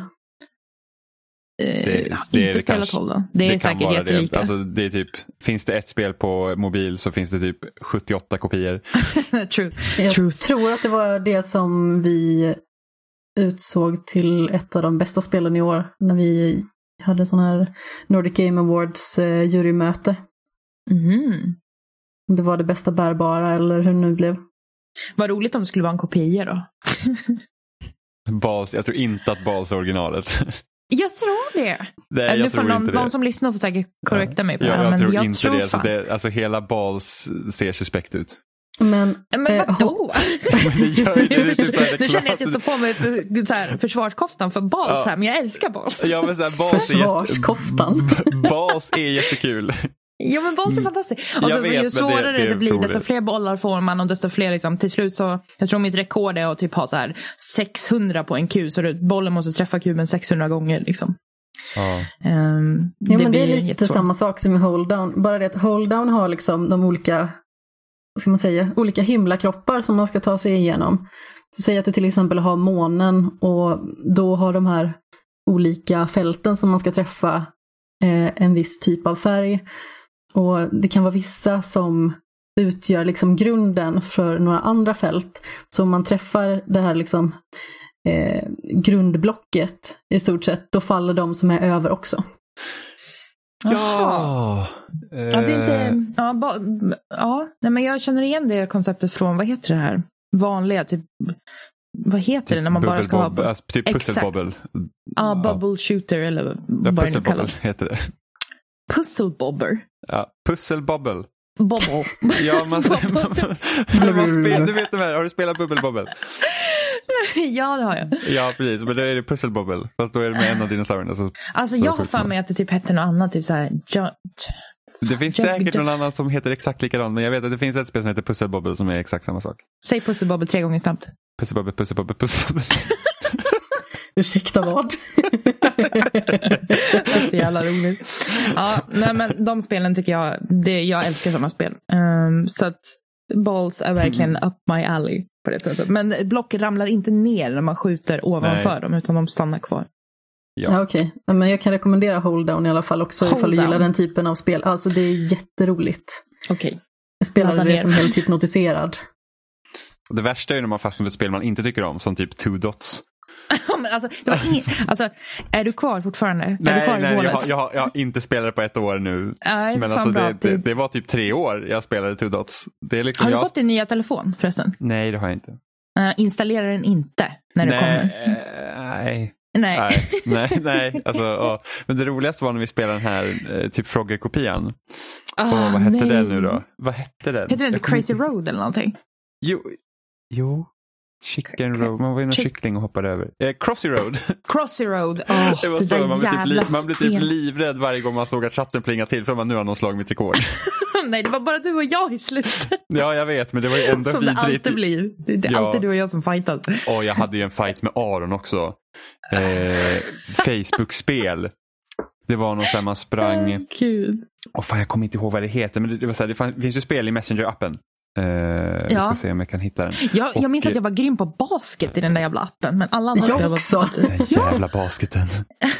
Inte spelat hold down. Det är säkert jättelika. Alltså, det är typ, finns det ett spel på mobil så finns det typ 78 kopior. True. Jag tror att det var det som vi utsåg till ett av de bästa spelen i år när vi hade sån här Nordic Game Awards jurymöte. Det var det bästa bärbara, eller hur det nu blev. Vad roligt om det skulle vara en kopia då. Balls, jag tror inte att Balls är originalet. Jag tror det. Nej, nu får någon som lyssnar får säkert korrekta mig på det här. Jag men tror jag inte tror det. Så alltså hela Balls ser suspekt ut. Men vadå? Nu känner jag att jag tar på mig försvarskoftan för Balls här, men jag älskar Balls. Ja, men så här, Balls försvarskoftan. Balls är jättekul. Ja, men Balls är fantastiskt. Och så ju svårare det blir, desto fler bollar får man, och desto fler liksom, till slut så, jag tror mitt rekord är att typ ha så här 600 på en kub, så bollen måste träffa kuben 600 gånger liksom. Men det är lite samma sak som i hold down, bara det att hold down har liksom de olika, vad ska man säga, olika himlakroppar som man ska ta sig igenom. Så säg att du till exempel har månen, och då har de här olika fälten som man ska träffa en viss typ av färg. Och det kan vara vissa som utgör liksom grunden för några andra fält. Så om man träffar det här liksom grundblocket i stort sett, då faller de som är över också. Ja. Det är inte, nej, men jag känner igen det konceptet från, vad heter det här? Vanliga typ, vad heter det när man bara ska ha typ pusselbobbel. Bubble shooter eller vad det nu kallas. Heter det. Pusselbobber. Ja, pusselbobbel. Bobble. Ja, man du vet de här, har du spelat bubbelbobbel? Ja, det har jag. Ja, precis, men då är det pusselbobbel. Fast då är det med en av dinosaurierna. Alltså jag har för mig att det typ hette något annat, typ så här. Det finns säkert någon annan som heter exakt likadant, men jag vet att det finns ett spel som heter pusselbobbel som är exakt samma sak. Säg pusselbobbel 3 gånger snabbt. Pusselbobbel, pusselbobbel, pusselbobbel. Ursäkta vad? Det är så jävla roligt. Ja, nej, men de spelen tycker jag älskar sådana spel. Så att Balls är verkligen up my alley på det sättet. Men block ramlar inte ner när man skjuter ovanför dem, utan de stannar kvar. Ja, okej. Men jag kan rekommendera Hold Down i alla fall också, ifall du gillar den typen av spel. Alltså det är jätteroligt. Okej. Jag spelade det som helt hypnotiserad. Det värsta är ju när man fastnar för ett spel man inte tycker om, som typ Two Dots. Men alltså, det var alltså, är du kvar fortfarande? Nej, jag har inte spelat på 1 år nu. Nej, men alltså det var typ 3 år jag spelade Two Dots. Det är liksom, har du fått din nya telefon förresten? Nej, det har jag inte. Installera den inte när du kommer. Nej. Alltså, men det roligaste var när vi spelade den här typ Frogger-kopian. Vad hette den nu då? Vad hette den? Hette den The Crazy Road eller någonting? Jo. Chicken Road, man var ju en kyckling och hoppade över. Crossy Road. Crossy Road, det var så, man blev typ livrädd varje gång man såg att chatten plinga till, för man nu har någon slag mitt rekord. Nej, det var bara du och jag i slutet. Ja, jag vet, men det var ju ändå som vidrigt. Det alltid blir. Det är alltid du och jag som fightas. Och jag hade ju en fight med Aron också. Facebook-spel. Det var någon som man sprang. Gud. Fan, jag kommer inte ihåg vad det heter, men det var så här, det finns ju spel i Messenger-appen. Jag ska se om jag kan hitta den. Jag minns att jag var grym på basket i den där jävla appen, men alla andra jag också. Den jävla basketen.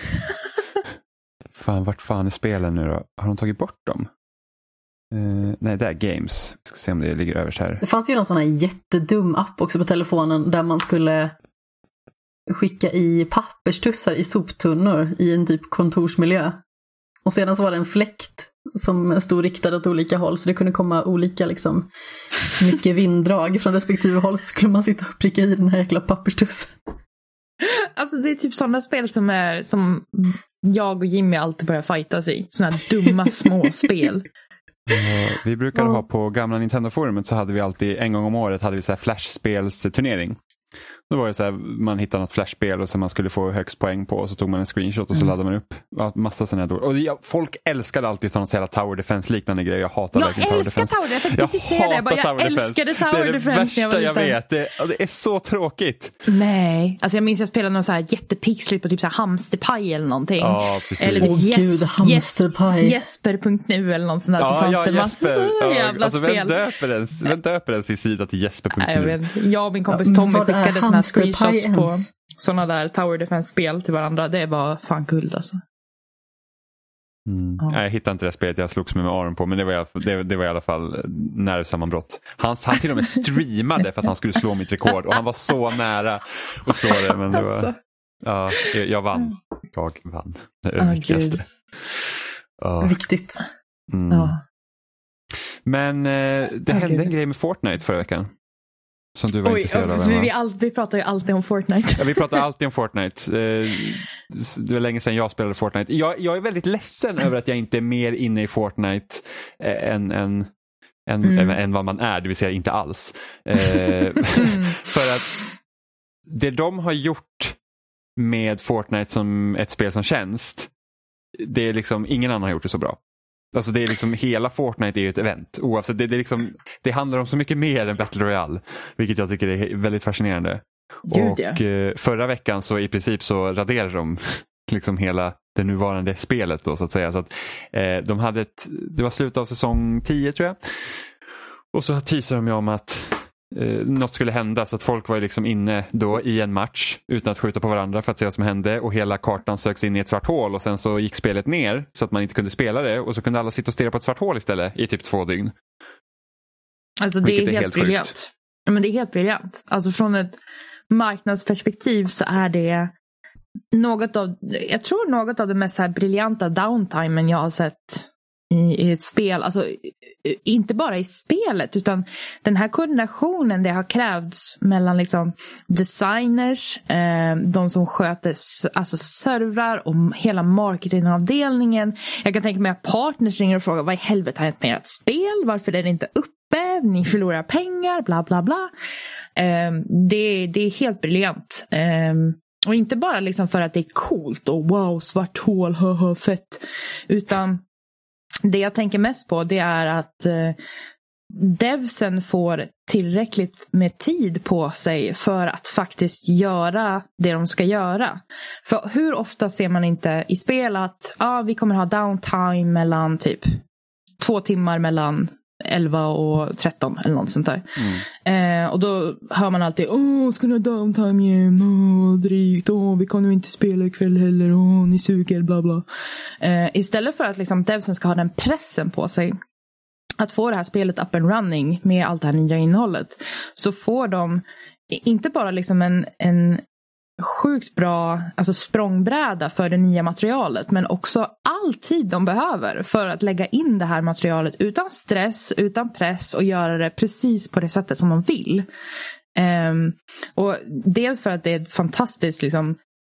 Vart fan är spelen nu då? Har de tagit bort dem? Nej, det är Games. Vi ska se om det ligger överst här. Det fanns ju någon sån här jättedum app också på telefonen där man skulle skicka i papperstussar i soptunnor i en typ kontorsmiljö. Och sedan så var det en fläkt som stod riktad åt olika håll, så det kunde komma olika liksom mycket vinddrag från respektive håll, så skulle man sitta och pricka i den här jäkla papperstussen. Alltså det är typ sådana spel som jag och Jimmy alltid börjar fightas i. Sådana här dumma små spel. Vi brukade ha på gamla Nintendo-forumet, så hade vi alltid en gång om året hade vi så här flashspelsturnering. Då var det så här, man hittade något flashspel och så man skulle få högst poäng på, och så tog man en screenshot och så laddade man upp massa sådana här. Och folk älskade alltid sådana här Tower Defense-liknande grejer. Jag hatar verkligen Tower Defense. Tower Defense. Jag precis säga det. Jag älskade Tower Defense. Det är det värsta jag vet. Det är så tråkigt. Nej, alltså jag minns jag spelade någon så här jättepixligt på typ så här hamsterpaj eller någonting. Ja, precis. Eller typ Gud, hamsterpaj. Jesper.nu eller något sånt där. Ja, så fanns det Jesper. jävla alltså, spel. Vem döper den sin sida till Jesper.nu? Jag och min kompis Tommy skickade såna här screenshots på såna där Tower Defense-spel till varandra. Det var fan guld alltså. Ja. Nej, jag hittade inte det spelet jag slogs med Aron på, men det var i alla fall nervsammanbrott. Han till och med streamade för att han skulle slå mitt rekord, och han var så nära att slå det, men det var, ja, jag vann. Det är det viktigaste. Viktigt. Ja. Men det hände en grej med Fortnite förra veckan som du var intresserad av. Vi pratar ju alltid om Fortnite. Ja, vi pratar alltid om Fortnite. Det var länge sedan jag spelade Fortnite. Jag är väldigt ledsen över att jag inte är mer inne i Fortnite än vad man är, det vill säga inte alls. För att det de har gjort med Fortnite som ett spel som tjänst, det är liksom, ingen annan har gjort det så bra. Alltså det är liksom, hela Fortnite är ju ett event. Oavsett, det är liksom, det handlar om så mycket mer än Battle Royale, vilket jag tycker är väldigt fascinerande. Och förra veckan så i princip så raderade de liksom hela det nuvarande spelet då, så att säga. Så att de hade det var slut av säsong 10 tror jag. Och så teasade de ju om att något skulle hända, så att folk var liksom inne då i en match utan att skjuta på varandra för att se vad som hände, och hela kartan söks in i ett svart hål, och sen så gick spelet ner så att man inte kunde spela det, och så kunde alla sitta och stirra på ett svart hål istället i typ 2 dygn. Alltså det är helt briljant. Men det är helt briljant. Alltså från ett marknadsperspektiv så är det något av det mest så här briljanta downtimen jag har sett i ett spel. Alltså inte bara i spelet, utan den här koordinationen det har krävts mellan liksom designers, de som sköter alltså servrar och hela marketingavdelningen. Jag kan tänka mig att partners ringer och frågar vad i helvete har hänt med ert spel? Varför är det inte uppe? Ni förlorar pengar, bla bla bla. Det är helt briljant. Och inte bara liksom för att det är coolt och wow, svart hål, haha, fett. Utan det jag tänker mest på, det är att devsen får tillräckligt med tid på sig för att faktiskt göra det de ska göra. För hur ofta ser man inte i spel att vi kommer ha downtime mellan typ 2 timmar mellan 11 och 13 eller något sånt där. Och då hör man alltid ska ni ha downtime igen? Drygt. Vi kan ju inte spela ikväll heller. Ni suger, bla bla. Istället för att liksom devsen ska ha den pressen på sig att få det här spelet up and running med allt det här nya innehållet, så får de inte bara liksom en sjukt bra alltså språngbräda för det nya materialet, men också all tid de behöver för att lägga in det här materialet utan stress, utan press, och göra det precis på det sättet som de vill. Och dels för att det är ett fantastiskt liksom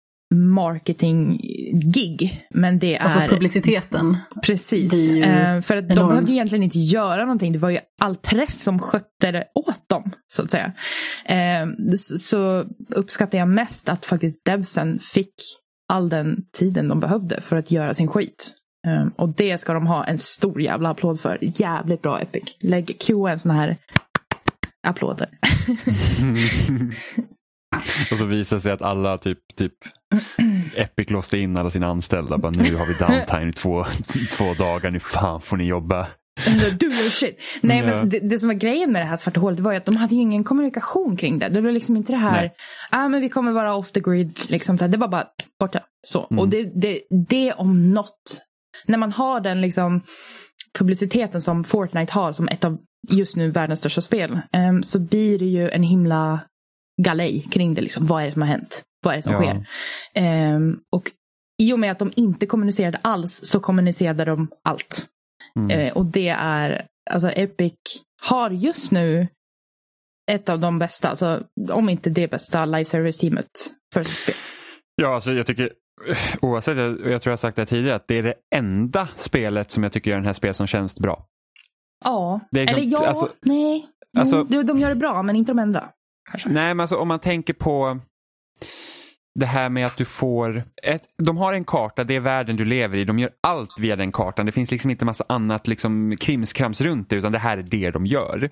marketing-gig, men det är alltså publiciteten. Precis, för att de behövde egentligen inte göra någonting, det var ju all press som skötte det åt dem, så att säga. Så uppskattar jag mest att faktiskt devsen fick all den tiden de behövde för att göra sin skit. Och det ska de ha en stor jävla applåd för. Jävligt bra Epic. Lägg Q en sån här applåder. Och så visar sig att alla typ Epic låste in alla sina anställda. Bara, nu har vi downtime i 2 dagar. Nu fan får ni jobba. Do your shit. Nej, men det som var grejen med det här svarta hålet, det var ju att de hade ju ingen kommunikation kring det. Det var liksom inte det här, men vi kommer vara off the grid. Liksom, så här, det var bara borta. Så. Och det om något. När man har den liksom publiciteten som Fortnite har som ett av just nu världens största spel, så blir det ju en himla galej kring det. Liksom. Vad är det som har hänt? vad är det som sker. Och i och med att de inte kommunicerade alls så kommunicerade de allt. Och det är, alltså Epic har just nu ett av de bästa, alltså om inte det bästa live service teamet för sitt spel. Ja, alltså jag tycker oavsett, jag tror jag har sagt det tidigare, att det är det enda spelet som jag tycker gör den här spel som känns bra. Ja, det är liksom, eller ja, alltså, nej. Alltså, de gör det bra, men inte de enda. Kanske. Nej, men alltså om man tänker på det här med att du får de har en karta, det är världen du lever i, de gör allt via den kartan, det finns liksom inte massa annat liksom krimskrams runt det, utan det här är det de gör.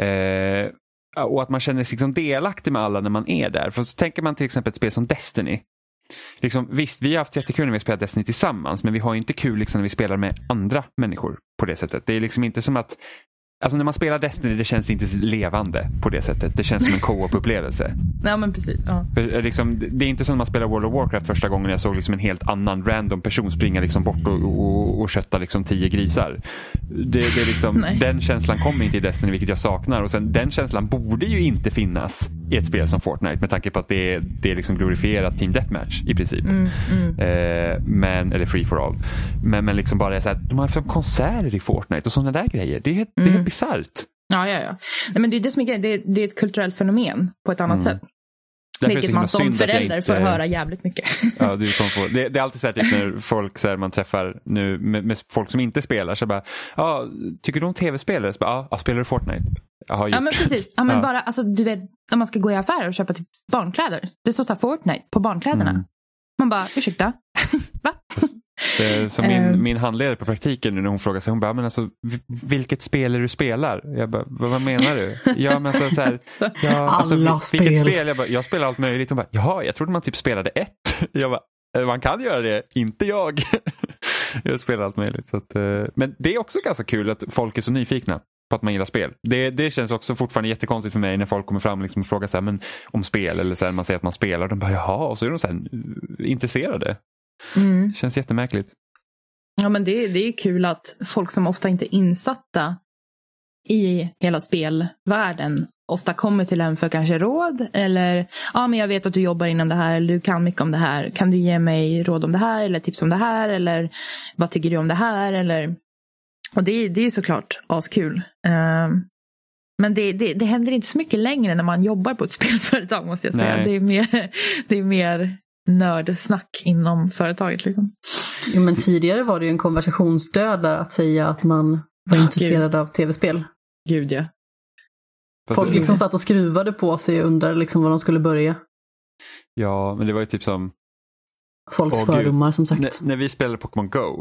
Och att man känner sig liksom delaktig med alla när man är där. För så tänker man till exempel ett spel som Destiny. Liksom, visst, vi har haft jättekul när vi spelar Destiny tillsammans, men vi har inte kul liksom när vi spelar med andra människor på det sättet. Det är liksom inte som att, alltså när man spelar Destiny, det känns inte levande på det sättet. Det känns som en co-op-upplevelse. Ja, men precis. Ja. För, liksom, det är inte som när man spelar World of Warcraft första gången jag såg liksom en helt annan random person springa liksom bort och kötta liksom 10 grisar. Det är liksom, den känslan kommer inte i Destiny, vilket jag saknar. Och sen, den känslan borde ju inte finnas i ett spel som Fortnite, med tanke på att det är liksom glorifierat Team Deathmatch i princip. Men, eller Free for All. Men liksom bara så här, de har haft konserter i Fortnite och sådana där grejer. Det är helt bisarrt. Ja. Nej, men det är det som är grejen. Det är ett kulturellt fenomen på ett annat sätt. Vilket man som förälder får höra jävligt mycket. Ja, det är alltid så här typ när folk så här, man träffar nu med folk som inte spelar, så bara, tycker du om tv-spelare? Så bara, spelar du Fortnite? Ja, men precis. Ja, men bara, alltså, du vet, när man ska gå i affär och köpa typ barnkläder, det står så här Fortnite på barnkläderna. Man bara, ursäkta? Va? Som min handledare på praktiken nu, när hon frågar sig, hon bara, men alltså, vilket spel är du spelar? Jag bara, vad menar du? Ja, men så här, vilket spel? Jag spelar allt möjligt. Hon bara, jaha, jag trodde man typ spelade ett. Jag bara, man kan göra det, inte jag. Jag spelar allt möjligt. Så att, men det är också ganska kul att folk är så nyfikna på att man gillar spel. Det känns också fortfarande jättekonstigt för mig när folk kommer fram liksom och frågar så här, men om spel, eller så här, man säger att man spelar, och de bara, jaha, och så är de så här intresserade. Det känns jättemärkligt. Ja, men det är kul att folk som ofta inte är insatta i hela spelvärlden ofta kommer till en för kanske råd, eller men jag vet att du jobbar inom det här, eller du kan mycket om det här, kan du ge mig råd om det här, eller tips om det här, eller vad tycker du om det här, eller, och det är såklart askul. Men det händer inte så mycket längre när man jobbar på ett spelföretag, måste jag säga. Det är mer nördsnack inom företaget liksom. Jo, men tidigare var det ju en konversationsdödare att säga att man var intresserad av tv-spel. Gud, ja. Folk liksom satt och skruvade på sig och undrade liksom var de skulle börja. Ja, men det var ju typ som folks fördomar, som sagt. När vi spelade Pokémon Go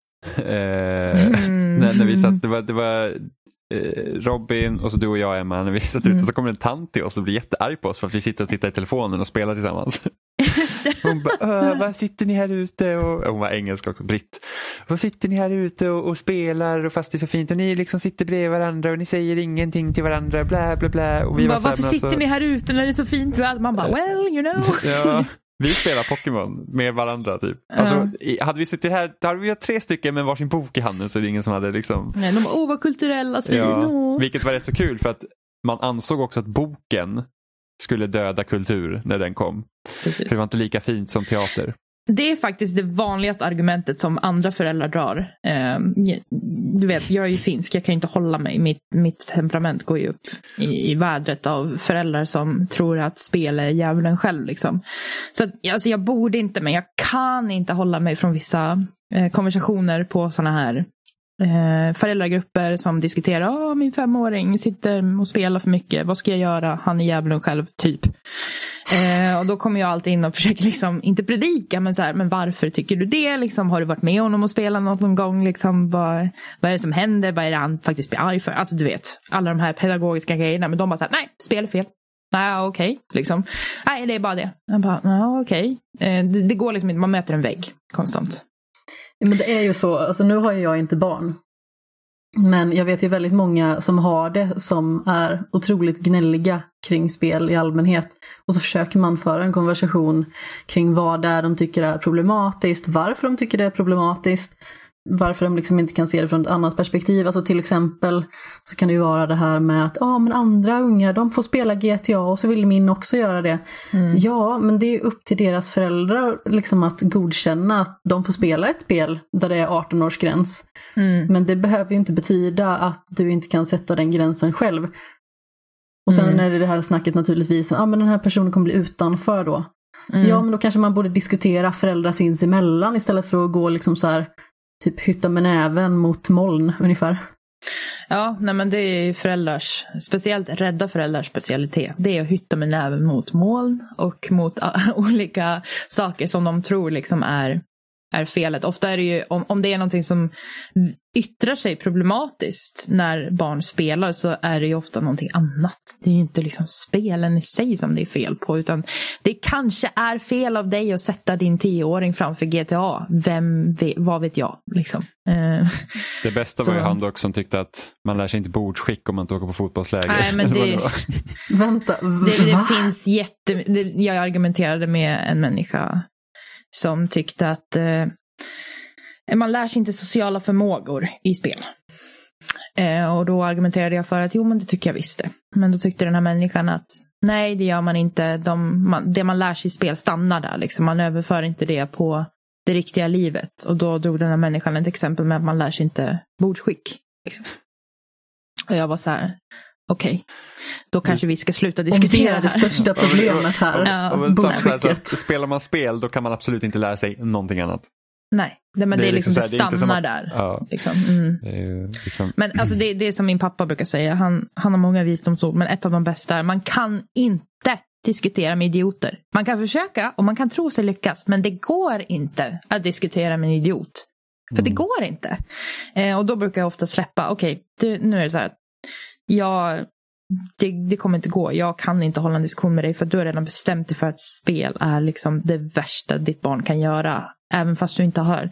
när vi satt, det var Robin och så du och jag, Emma, när vi satt ute, så kommer en tant till oss och blir jättearg på oss för att vi sitter och tittar i telefonen och spelar tillsammans. Hon bara, vad sitter ni här ute? Och hon var engelsk också, britt. Vad sitter ni här ute och spelar, och fast det är så fint, och ni liksom sitter bredvid varandra och ni säger ingenting till varandra, bla bla bla. Och vi bara, varför sitter ni här ute när det är så fint? Man bara, well, you know. Ja, vi spelar Pokémon med varandra typ. Alltså, hade vi suttit här, hade vi 3 stycken med varsin bok i handen, så är det ingen som hade liksom... Nej, de bara, vad kulturella svin. Ja, vilket var rätt så kul, för att man ansåg också att boken skulle döda kultur när den kom. Precis. För det var inte lika fint som teater. Det är faktiskt det vanligaste argumentet som andra föräldrar drar. Du vet, jag är ju finsk, jag kan inte hålla mig. Mitt temperament går ju upp i vädret av föräldrar som tror att spel är djävulen själv. Liksom. Så alltså, jag borde inte, men jag kan inte hålla mig från vissa konversationer på såna här föräldragrupper som diskuterar, min 5-åring sitter och spelar för mycket, vad ska jag göra, han är djävulen själv typ. Och då kommer jag alltid in och försöker liksom, inte predika, men så här, men varför tycker du det liksom, har du varit med honom och spelat någon gång liksom, vad är det som händer, vad är det han faktiskt blir arg för, alltså du vet, alla de här pedagogiska grejerna, men de bara såhär, nej, spel är fel. Nej, okej, liksom. Nej, det är bara det. Jag bara, okej. Det går liksom inte, man möter en vägg konstant. Men det är ju så, alltså nu har ju jag inte barn. Men jag vet ju väldigt många som har det, som är otroligt gnälliga kring spel i allmänhet. Och så försöker man föra en konversation kring vad det är de tycker är problematiskt, varför de tycker det är problematiskt. varför de liksom inte kan se det från ett annat perspektiv. Alltså till exempel så kan det ju vara det här med att men andra unga, de får spela GTA och så vill min också göra det. Ja, men det är upp till deras föräldrar liksom att godkänna att de får spela ett spel där det är 18-årsgräns. Men det behöver ju inte betyda att du inte kan sätta den gränsen själv. Och sen är det här snacket naturligtvis, men den här personen kommer bli utanför då. Ja, men då kanske man borde diskutera föräldrar sinsemellan istället för att gå liksom så här typ hytta med näven mot moln ungefär. Ja, nej men det är ju föräldrars, speciellt rädda föräldrars specialitet. Det är att hytta med näven mot moln och mot olika saker som de tror liksom är felet. Ofta är det ju, om det är någonting som yttrar sig problematiskt när barn spelar, så är det ju ofta någonting annat. Det är ju inte liksom spelen i sig som det är fel på, utan det kanske är fel av dig att sätta din 10-åring framför GTA. Vad vet jag liksom. Det bästa var ju han dock som tyckte att man lär sig inte bordsskick om man inte åker på fotbollsläger. Nej, men Vänta, det finns jag argumenterade med en människa som tyckte att man lär sig inte sociala förmågor i spel. Och då argumenterade jag för att men det tycker jag visst det. Men då tyckte den här människan att nej, det gör man inte. Det man lär sig i spel stannar där. Liksom. Man överför inte det på det riktiga livet. Och då drog den här människan ett exempel med att man lär sig inte bordsskick. Liksom. Och jag var så här, okej. Då kanske vi ska sluta diskutera det största problemet här. Bordsskicket. Spelar man spel, då kan man absolut inte lära sig någonting annat. Nej, men det är liksom, det stannar där. Ja, liksom. Liksom. Men alltså det är som min pappa brukar säga. Han har många visdomsord, men ett av de bästa är: man kan inte diskutera med idioter. Man kan försöka och man kan tro sig lyckas, men det går inte att diskutera med en idiot. För det går inte. Och då brukar jag ofta släppa, okej, nu är det så här. Det kommer inte gå. Jag kan inte hålla en diskussion med dig, för du har redan bestämt dig för att spel är liksom det värsta ditt barn kan göra. Även fast du inte har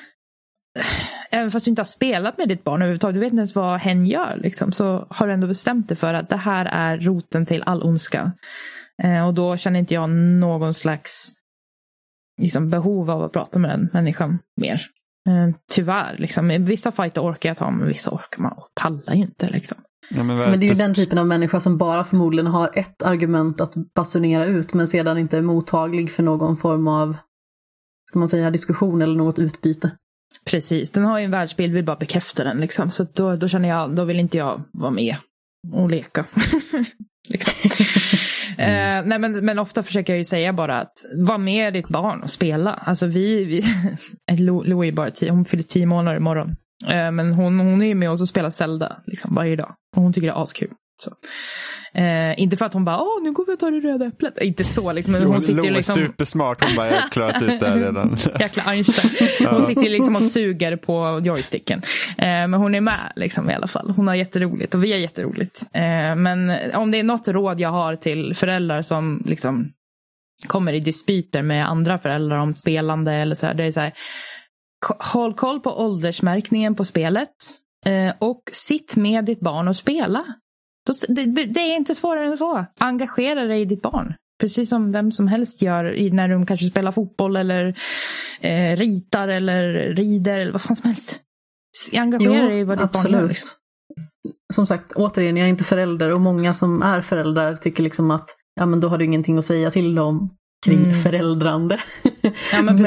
spelat med ditt barn överhuvudtaget, du vet inte ens vad hen gör liksom, så har du ändå bestämt dig för att det här är roten till all ondska. Och då känner inte jag någon slags liksom behov av att prata med den människan mer. Tyvärr liksom. Vissa fighter orkar jag ta, men vissa orkar man pallar ju inte liksom. Ja, men det är ju den typen av människa som bara förmodligen har ett argument att basunera ut, men sedan inte är mottaglig för någon form av, ska man säga, diskussion eller något utbyte. Precis, den har ju en världsbild, vill bara bekräfta den liksom. Så då känner jag, då vill inte jag vara med och leka. liksom. Nej, men ofta försöker jag ju säga bara att var med ditt barn och spela. Alltså Lo är bara 10, hon fyller 10 månader imorgon. Men hon är ju med oss och spelar Zelda liksom varje dag. Och hon tycker det är askul. Så. Inte för att hon bara, nu går vi och tar det röda äpplet. Inte så liksom, men hon sitter liksom... supersmart, hon bara, jag har klarat ut det här redan. Jäkla Einstein. Hon sitter liksom och suger på joysticken. Men hon är med liksom i alla fall. Hon har jätteroligt och vi har jätteroligt. Men om det är något råd jag har till föräldrar som liksom kommer i dispyter med andra föräldrar om spelande eller så här, det är så här: håll koll på åldersmärkningen på spelet och sitt med ditt barn och spela. Det är inte svårare än så. Engagera dig i ditt barn. Precis som vem som helst gör när de kanske spelar fotboll eller ritar eller rider eller vad fan som helst. Engagera dig i vad ditt barn gör. Liksom. Som sagt, återigen, jag är inte förälder, och många som är föräldrar tycker liksom att men då har du ingenting att säga till dem kring föräldrande. Ja, men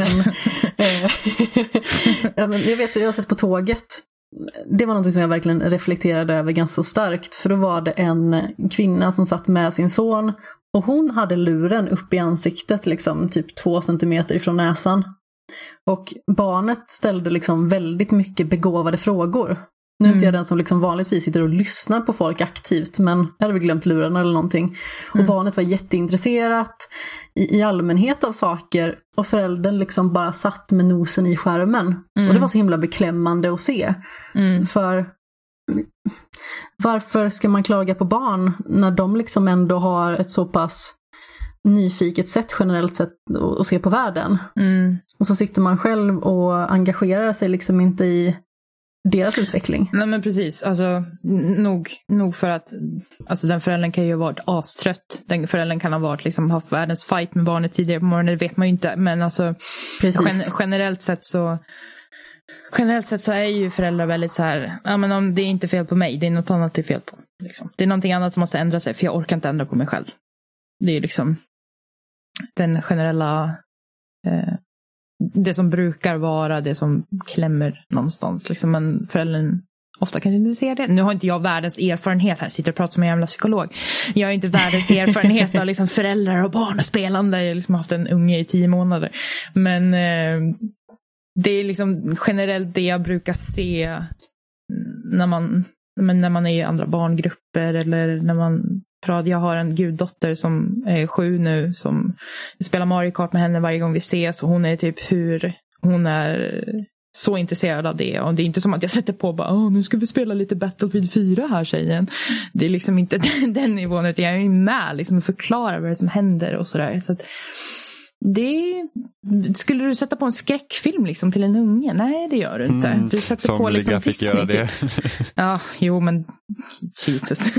jag vet, jag har sett på tåget. Det var något som jag verkligen reflekterade över ganska starkt. För då var det en kvinna som satt med sin son, och hon hade luren upp i ansiktet liksom, typ 2 centimeter ifrån näsan. Och barnet ställde liksom väldigt mycket begåvade frågor. Nu är inte jag den som liksom vanligtvis sitter och lyssnar på folk aktivt, men jag hade väl glömt luren eller någonting. Och barnet var jätteintresserat i allmänhet av saker, och föräldern liksom bara satt med nosen i skärmen. Och det var så himla beklämmande att se. För varför ska man klaga på barn när de liksom ändå har ett så pass nyfiket sätt generellt sett att se på världen? Och så sitter man själv och engagerar sig liksom inte i deras utveckling. Nej, men precis, alltså nog för att alltså den föräldern kan ju ha varit astrött. Den föräldern kan ha varit liksom haft världens fight med barnet tidigare på morgonen, det vet man ju inte, men alltså generellt sett så generellt sett så är ju föräldrar väldigt så här, ja men om det är inte fel på mig, det är något annat det är fel på. Liksom. Det är någonting annat som måste ändra sig, för jag orkar inte ändra på mig själv. Det är liksom den generella, det som brukar vara det som klämmer någonstans. Liksom, men föräldern ofta kanske inte ser det. Nu har inte jag världens erfarenhet här, sitter och pratar som en jävla psykolog. Jag har inte världens erfarenhet av liksom föräldrar och barn och spelande. Jag har liksom haft en unge i 10 månader. Men det är liksom generellt det jag brukar se när man är i andra barngrupper, eller när man pratar. Jag har en guddotter som är 7 nu, som spelar Mario Kart med henne varje gång vi ses, och hon är typ hon är så intresserad av det, och det är inte som att jag sätter på bara, nu ska vi spela lite Battlefield 4 här, tjejen. Det är liksom inte den nivån, utan jag är med liksom och förklarar vad det är som händer och sådär. Så att det skulle du sätta på en skräckfilm liksom till en unge? Nej, det gör du inte. Du sätter på liksom fick göra det. Ja, jo men Jesus.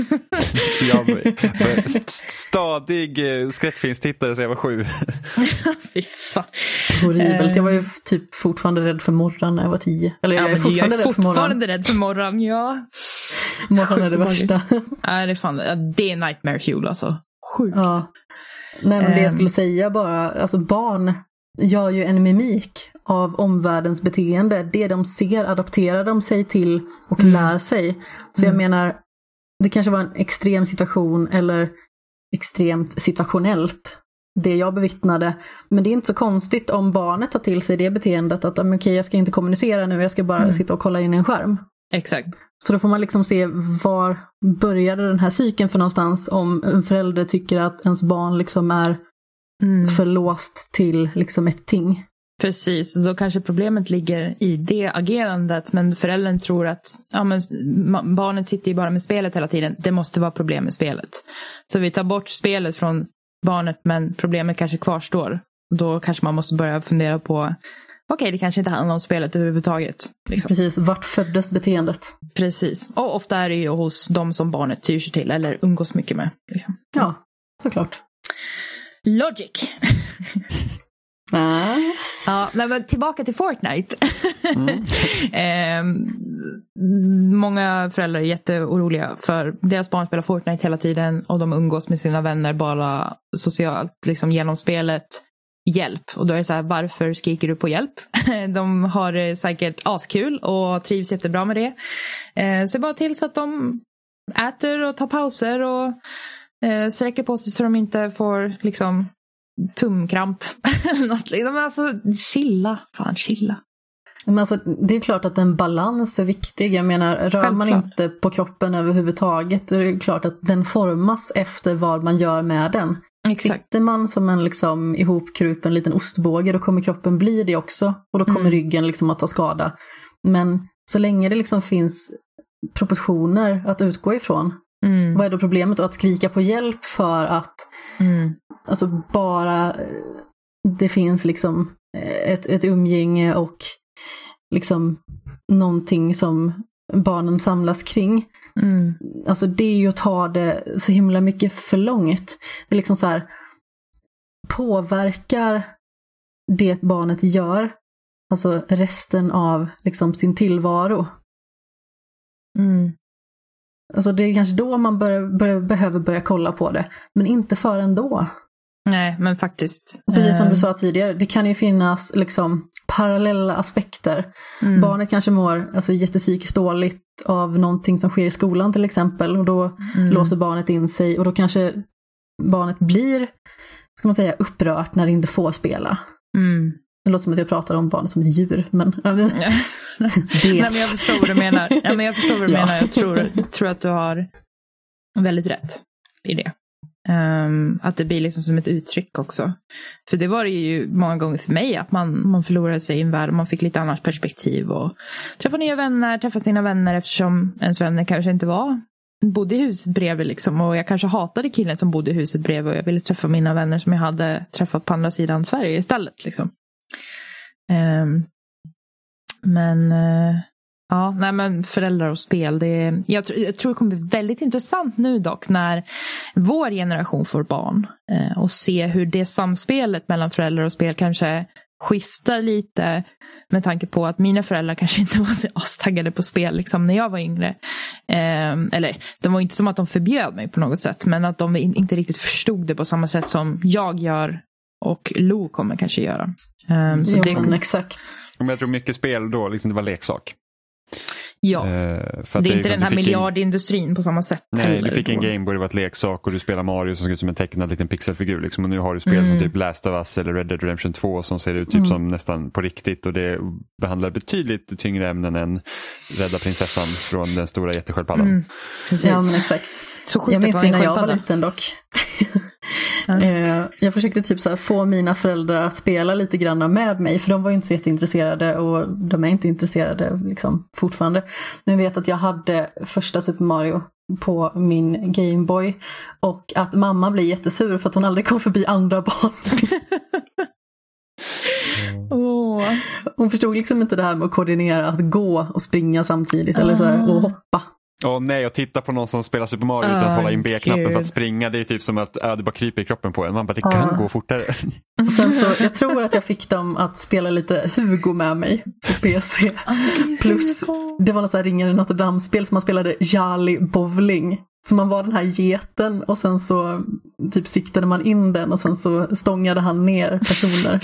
Stadig skräckfilmstittare så jag var 7. Fy fan. Horribelt. Jag var ju typ fortfarande rädd för morgon när jag var 10. Eller jag är fortfarande rädd för morgon. Ja. Morgon är det värsta. Nej, det är nightmare fuel alltså. Sjukt. Ja. Nej, men det jag skulle säga bara, alltså barn gör ju en mimik av omvärldens beteende. Det de ser adapterar de sig till och lär sig. Så jag menar, det kanske var en extrem situation eller extremt situationellt, det jag bevittnade. Men det är inte så konstigt om barnet tar till sig det beteendet att okej, jag ska inte kommunicera nu, jag ska bara sitta och kolla in i en skärm. Exakt. Så då får man liksom se var började den här cykeln för någonstans, om en förälder tycker att ens barn liksom är förlåst till liksom ett ting. Precis, då kanske problemet ligger i det agerandet, men föräldern tror att barnet sitter ju bara med spelet hela tiden. Det måste vara problem med spelet. Så vi tar bort spelet från barnet, men problemet kanske kvarstår. Då kanske man måste börja fundera på okej, det kanske inte handlar om spelet överhuvudtaget. Liksom. Precis, vart föddes beteendet? Precis, och ofta är det ju hos de som barnet tyr sig till eller umgås mycket med. Liksom. Ja, såklart. Logic. Ja, men tillbaka till Fortnite. Många föräldrar är jätteoroliga för deras barn spelar Fortnite hela tiden och de umgås med sina vänner bara socialt liksom genom spelet. Hjälp. Och då är det så här, varför skriker du på hjälp? De har det säkert askul och trivs jättebra med det. Se bara till så att de äter och tar pauser och sträcker på sig så de inte får liksom tumkramp eller något. Men alltså chilla. Men alltså, det är klart att en balans är viktig. Jag menar, rör man inte på kroppen överhuvudtaget, då är det klart att den formas efter vad man gör med den. Exakt. Sitter man som en liksom ihopkrupen liten ostbåge, då kommer kroppen bli det också. Och då kommer ryggen liksom att ta skada. Men så länge det liksom finns proportioner att utgå ifrån, vad är då problemet? Och att skrika på hjälp för att alltså bara det finns liksom ett umgänge och liksom någonting som barnen samlas kring. Alltså det är ju att ta det så himla mycket för långt. Det är liksom så här, påverkar det barnet gör alltså resten av liksom sin tillvaro. Alltså det är kanske då man behöver börja kolla på det, men inte förrän då. Nej, men faktiskt. Precis som du sa tidigare, det kan ju finnas liksom parallella aspekter. Barnet kanske mår alltså jättepsykiskt dåligt av någonting som sker i skolan till exempel, och då låser barnet in sig, och då kanske barnet blir, ska man säga, upprört när det inte får spela. Det låter som att jag pratar om barnet som ett djur, men Nej, men jag förstår vad du menar. Ja, men jag förstår vad du menar. Jag tror att du har väldigt rätt i det. Att det blir liksom som ett uttryck också. För det var det ju många gånger för mig, att man förlorade sig i en värld och man fick lite annat perspektiv och träffa sina vänner, eftersom ens vänner kanske inte bodde i huset bredvid liksom, och jag kanske hatade killen som bodde i huset bredvid och jag ville träffa mina vänner som jag hade träffat på andra sidan Sverige istället liksom. Men föräldrar och spel, jag tror det kommer bli väldigt intressant nu dock när vår generation får barn och se hur det samspelet mellan föräldrar och spel kanske skiftar lite med tanke på att mina föräldrar kanske inte var så astaggade på spel liksom när jag var yngre. Eller det var inte som att de förbjöd mig på något sätt, men att de inte riktigt förstod det på samma sätt som jag gör och Lo kommer kanske göra. Så men exakt. Men jag tror mycket spel då liksom det var leksak. Ja, för det är inte den här miljardindustrin på samma sätt. Nej, heller. du fick en Game Boy, det var ett leksak och du spelar Mario som ser ut som en tecknad liten pixelfigur liksom, och nu har du spel som typ Last of Us eller Red Dead Redemption 2 som ser ut typ som nästan på riktigt, och det behandlar betydligt tyngre ämnen än Rädda prinsessan från den stora jättesköldpaddan. Ja, men exakt. Så jag minns när jag var liten dock. Jag försökte typ så här få mina föräldrar att spela lite grann med mig, för de var ju inte så jätteintresserade och de är inte intresserade liksom fortfarande. Men jag vet att jag hade första Super Mario på min Game Boy och att mamma blev jättesur för att hon aldrig kom förbi andra barn. Hon förstod liksom inte det här med att koordinera, att gå och springa samtidigt eller så här, och hoppa. Nej, och titta på någon som spelar Super Mario utan att hålla in B-knappen för att springa, det är typ som att det bara kryper i kroppen på en. Man bara, det kan gå fortare. Och sen så, jag tror att jag fick dem att spela lite Hugo med mig på PC. Plus, det var något så här Ringen i Notre Dame-spel som man spelade Jolly Bowling. Så man var den här geten och sen så typ siktade man in den och sen så stångade han ner personer.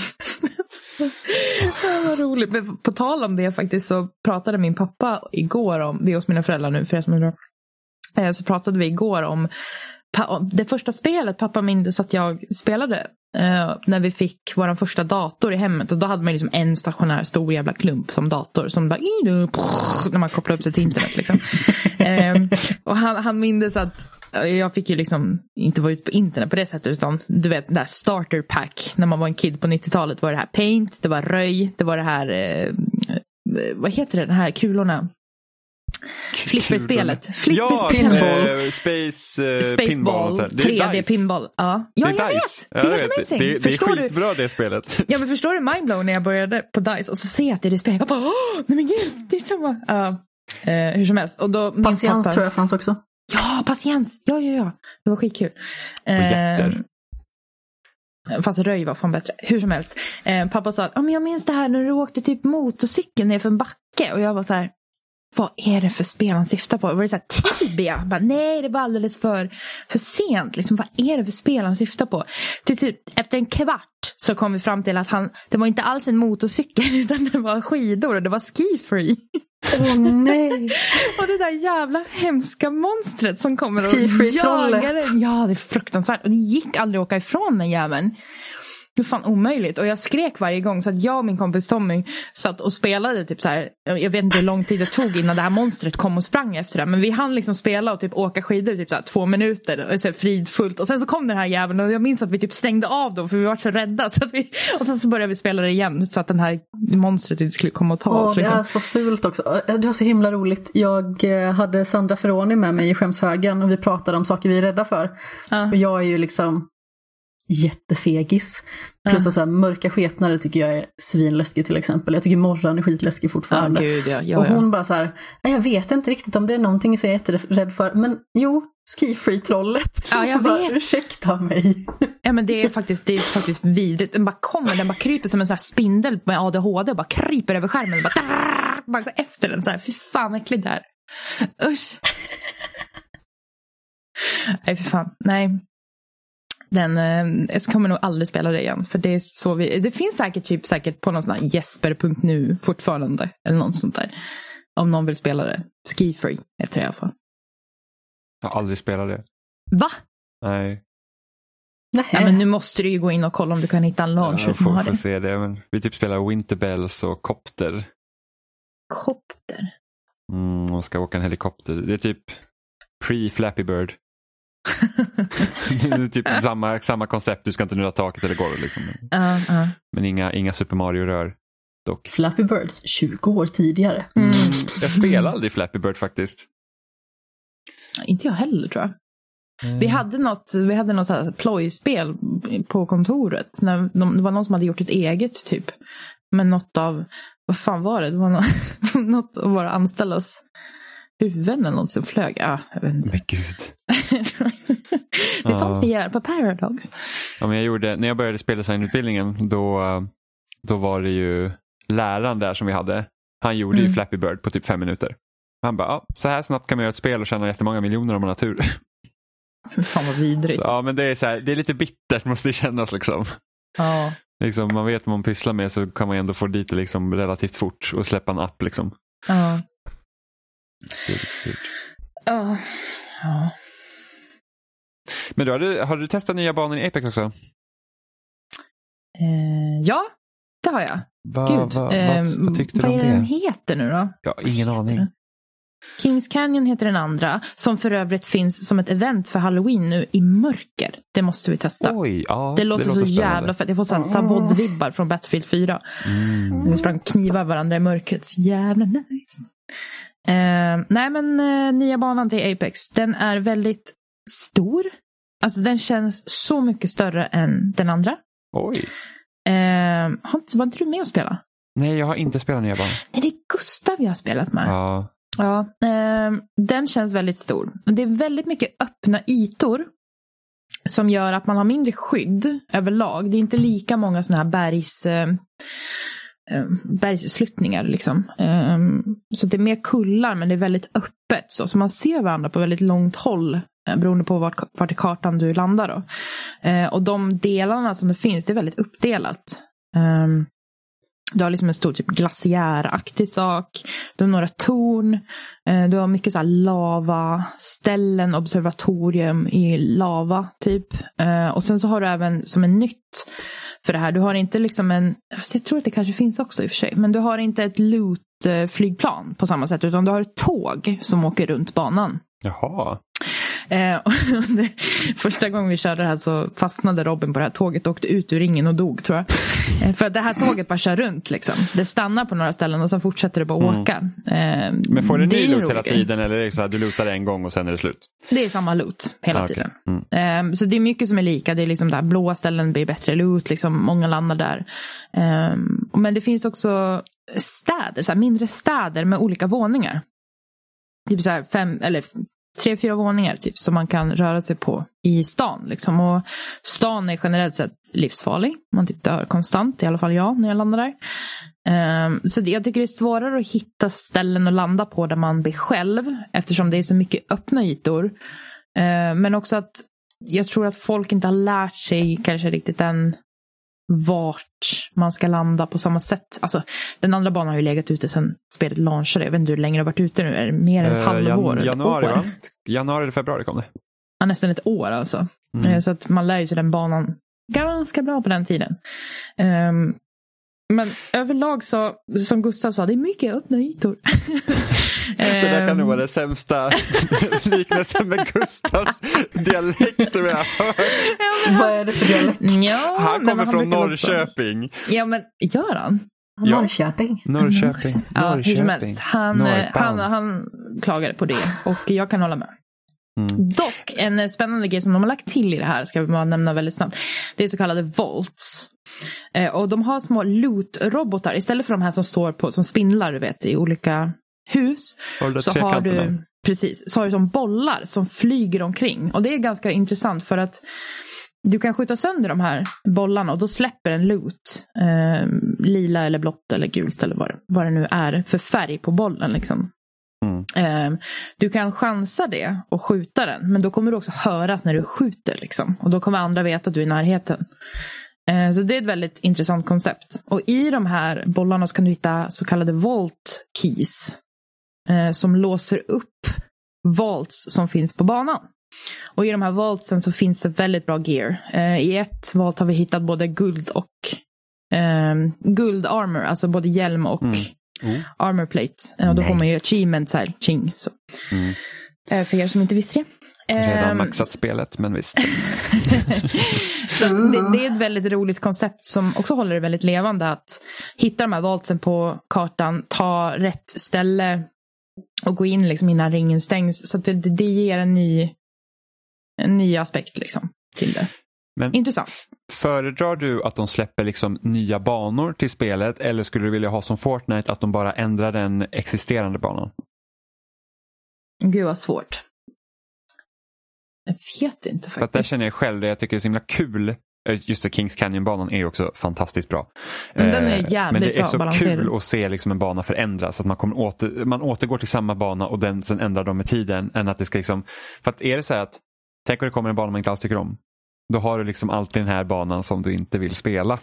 Det var roligt. Men på tal om det faktiskt så pratade min pappa igår om, vi är hos mina föräldrar nu för er som undrar, så pratade vi igår om det första spelet pappa minns att jag spelade när vi fick vår första dator i hemmet, och då hade man liksom en stationär stor jävla klump som dator som bara när man kopplade upp sig till internet liksom. Och han minns att jag fick ju liksom inte vara ute på internet på det sättet, utan du vet, det där starter pack när man var en kid på 90-talet var det här Paint, det var Röj, det var det här vad heter det, den här kulorna? Flipperspelet. Pinball. Spaceball. 3D pinball. Ja, jag vet. Det är helt amazing. Det är skitbra det spelet. Ja, men förstår du mindblown när jag började på DICE och så ser jag att det är det spelet. Jag bara, nej men gud, det är samma. Hur som helst. Och då, Patiens tror jag fanns också. Ja, patiens. Ja. Det var skitkul. Och hjärter. Fast Röj var fan bättre. Hur som helst. Pappa sa att men jag minns det här när du åkte typ motorcykeln ner för en backe. Och jag var så här, vad är det för spel han syftar på? Var det så här Tibia? Bara, nej, det var alldeles för sent. Liksom, vad är det för spel han syftar på? Till typ efter en kvart så kom vi fram till att det var inte alls en motorcykel utan det var skidor och det var ski-free. Nej. Och det där jävla hemska monstret som kommer och jagar den. Ja, det är fruktansvärt. Och det gick aldrig att åka ifrån den jäveln. Det är fan omöjligt. Och jag skrek varje gång så att jag och min kompis Tommy satt och spelade typ så här. Jag vet inte hur lång tid det tog innan det här monstret kom och sprang efter det. Men vi hann liksom spela och typ åka skidor typ så här 2 minuter. Och så här fridfullt. Och sen så kom den här jäveln och jag minns att vi typ stängde av då för vi var så rädda. Så att och sen så började vi spela det igen så att den här monstret inte skulle komma och ta oss. Det är så fult också. Det var så himla roligt. Jag hade Sandra Ferroni med mig i skämshögen och vi pratade om saker vi är rädda för. Och jag är ju liksom jättefegis. Plus att så här, mörka skepnader tycker jag är svinläskig till exempel. Jag tycker morran är skitläskig fortfarande. Gud, och hon bara så här, jag vet inte riktigt om det är någonting som jag är jätterädd för. Men jo, ski-free-trollet. Ja, jag vet. Ursäkta mig. Ja, men det är faktiskt vidrigt. Den bara kryper som en sån här spindel med ADHD och bara kryper över skärmen och bara går efter den så här. Fy fan, äckligt där. Usch. Nej, för fan. Nej. Jag kommer nog aldrig spela det igen. För det är så det finns säkert på någon sån här Jesper.nu fortfarande. Eller något sånt där. Om någon vill spela det. Ski-free heter det i alla fall. Jag har aldrig spelat det. Va? Nej. Ja, men nu måste du ju gå in och kolla om du kan hitta en launcher som har det. Jag får se det. Men vi typ spelar Winterbells och Copter. Copter? Man ska åka en helikopter. Det är typ pre-Flappy Bird. Det är typ samma koncept. Du ska inte nudda taket eller golvet liksom. Men inga Super Mario-rör dock. Flappy Birds 20 år tidigare. Jag spelar aldrig Flappy Bird faktiskt. Inte jag heller tror jag. Vi hade något så här plojspel på kontoret när det var någon som hade gjort ett eget typ. Men något av, vad fan var det? Det var något av våra anställdas huvuden eller något som flög. Ja, jag vet inte. Men gud. Det är sånt vi gör på Paradox. Ja, men när jag började spela designutbildningen då då var det ju läraren där som vi hade. Han gjorde ju Flappy Bird på typ 5 minuter. Han bara, så här snabbt kan man göra ett spel och tjäna jättemånga miljoner om man har tur. Fan vad vidrigt. Så, ja, men det är så här, det är lite bittert måste det kännas liksom. Ja. Liksom, man vet vad man pysslar med så kan man ändå få dit det liksom relativt fort och släppa en app liksom. Ja. Det är lite surt. Ja. Men har du testat nya banor i Apex också? Ja, det har jag. Vad tyckte du om det? Vad är den heter nu då? Ja, ingen aning. Kings Canyon heter den andra, som för övrigt finns som ett event för Halloween nu i mörker. Det måste vi testa. Oj, ja, det låter så spännande. jävla fett. Jag får såhär Savod-vibbar från Battlefield 4. Vi sprang knivar varandra i mörkret. Så jävla nice. Nej men nya banan till Apex, den är väldigt stor. Alltså den känns så mycket större än den andra. Oj. Var inte du med och spela? Nej, jag har inte spelat nya banan. Nej, det är Gustav jag har spelat med. Ja. Den känns väldigt stor. Det är väldigt mycket öppna ytor som gör att man har mindre skydd överlag. Det är inte lika många såna här bergssluttningar liksom. Så det är mer kullar, men det är väldigt öppet så man ser varandra på väldigt långt håll beroende på vart i kartan du landar då. Och de delarna som det finns, det är väldigt uppdelat. Du har liksom en stor typ glaciäraktig sak. Du har några torn. Du har mycket så här lava ställen, observatorium i lava typ. Och sen så har du även som en nytt för det här. Du har inte liksom jag tror att det kanske finns också i och för sig. Men du har inte ett loot-flygplan på samma sätt. Utan du har ett tåg som åker runt banan. Jaha. Första gången vi körde det här så fastnade Robin på det här tåget och åkte ut ur ringen och dog, tror jag. För att det här tåget bara kör runt liksom. Det stannar på några ställen och sen fortsätter det bara åka. Men får du ny loot hela tiden eller är det så att du lootar en gång och sen är det slut? Det är samma loot hela tiden. Så det är mycket som är lika. Det är liksom där blåa ställen blir bättre loot, liksom många landar där. Men det finns också städer, så här mindre städer med olika våningar. Typ så här 5 eller 3-4 våningar typ som man kan röra sig på i stan liksom. Och stan är generellt sett livsfarlig. Man typ dör konstant, i alla fall jag när jag landar där. Så jag tycker det är svårare att hitta ställen att landa på där man blir själv, eftersom det är så mycket öppna ytor. Men också att jag tror att folk inte har lärt sig kanske riktigt än vart man ska landa på samma sätt. Alltså, den andra banan har ju legat ute sedan spelet launchade. Jag vet inte hur länge det har varit ute nu. Är det mer än ett halvår? Januari, va? Januari eller februari kom det. Ja, nästan ett år alltså. Så att man lär ju sig den banan ganska bra på den tiden. Men överlag så, som Gustav sa, det är mycket öppna ytor. Det där kan nog vara det sämsta liknelsen med Gustavs dialekt som jag har hört. Vad är det för dialekt? Ja, han kommer från Norrköping. Ja, men gör han? Norrköping. Ja, hur som helst. Han klagade på det och jag kan hålla med. Dock, en spännande grej som de har lagt till i det här ska vi bara nämna väldigt snabbt. Det är så kallade vaults. Och de har små loot-robotar. Istället för de här som står på som spindlar, du vet, i olika hus, så har du precis, så har du som bollar som flyger omkring. Och det är ganska intressant för att du kan skjuta sönder de här bollarna och då släpper en loot, lila eller blått eller gult eller vad det nu är för färg på bollen liksom. Du kan chansa det och skjuta den, men då kommer du också höras när du skjuter liksom. Och då kommer andra veta att du är i närheten. Så det är ett väldigt intressant koncept. Och i de här bollarna så kan du hitta så kallade vault keys, som låser upp vaults som finns på banan. Och i de här vaultsen så finns det väldigt bra gear. I ett vault har vi hittat både guld och guld armor, alltså både hjälm och armor plate. Och då får man ju achievements här, ching. Så. För er som inte visste det. Redan maxat spelet, men visst. Så det är ett väldigt roligt koncept som också håller det väldigt levande, att hitta de här valsen på kartan, ta rätt ställe och gå in liksom innan ringen stängs. Så att det ger en ny aspekt liksom till det. Men intressant. Föredrar du att de släpper liksom nya banor till spelet, eller skulle du vilja ha som Fortnite att de bara ändrar den existerande banan? Gud vad svårt. Jag vet inte faktiskt. För att där känner jag själv det, jag tycker det är så himla kul Just det, Kings Canyon-banan är ju också fantastiskt bra. Den är jävligt bra. Men det är så balanserad. kul att se liksom en bana förändras. Att man återgår till samma bana och sen ändrar de med tiden. Än att det ska liksom, för att är det så här att tänk om det kommer en bana man inte alls tycker om. Då har du liksom alltid den här banan som du inte vill spela.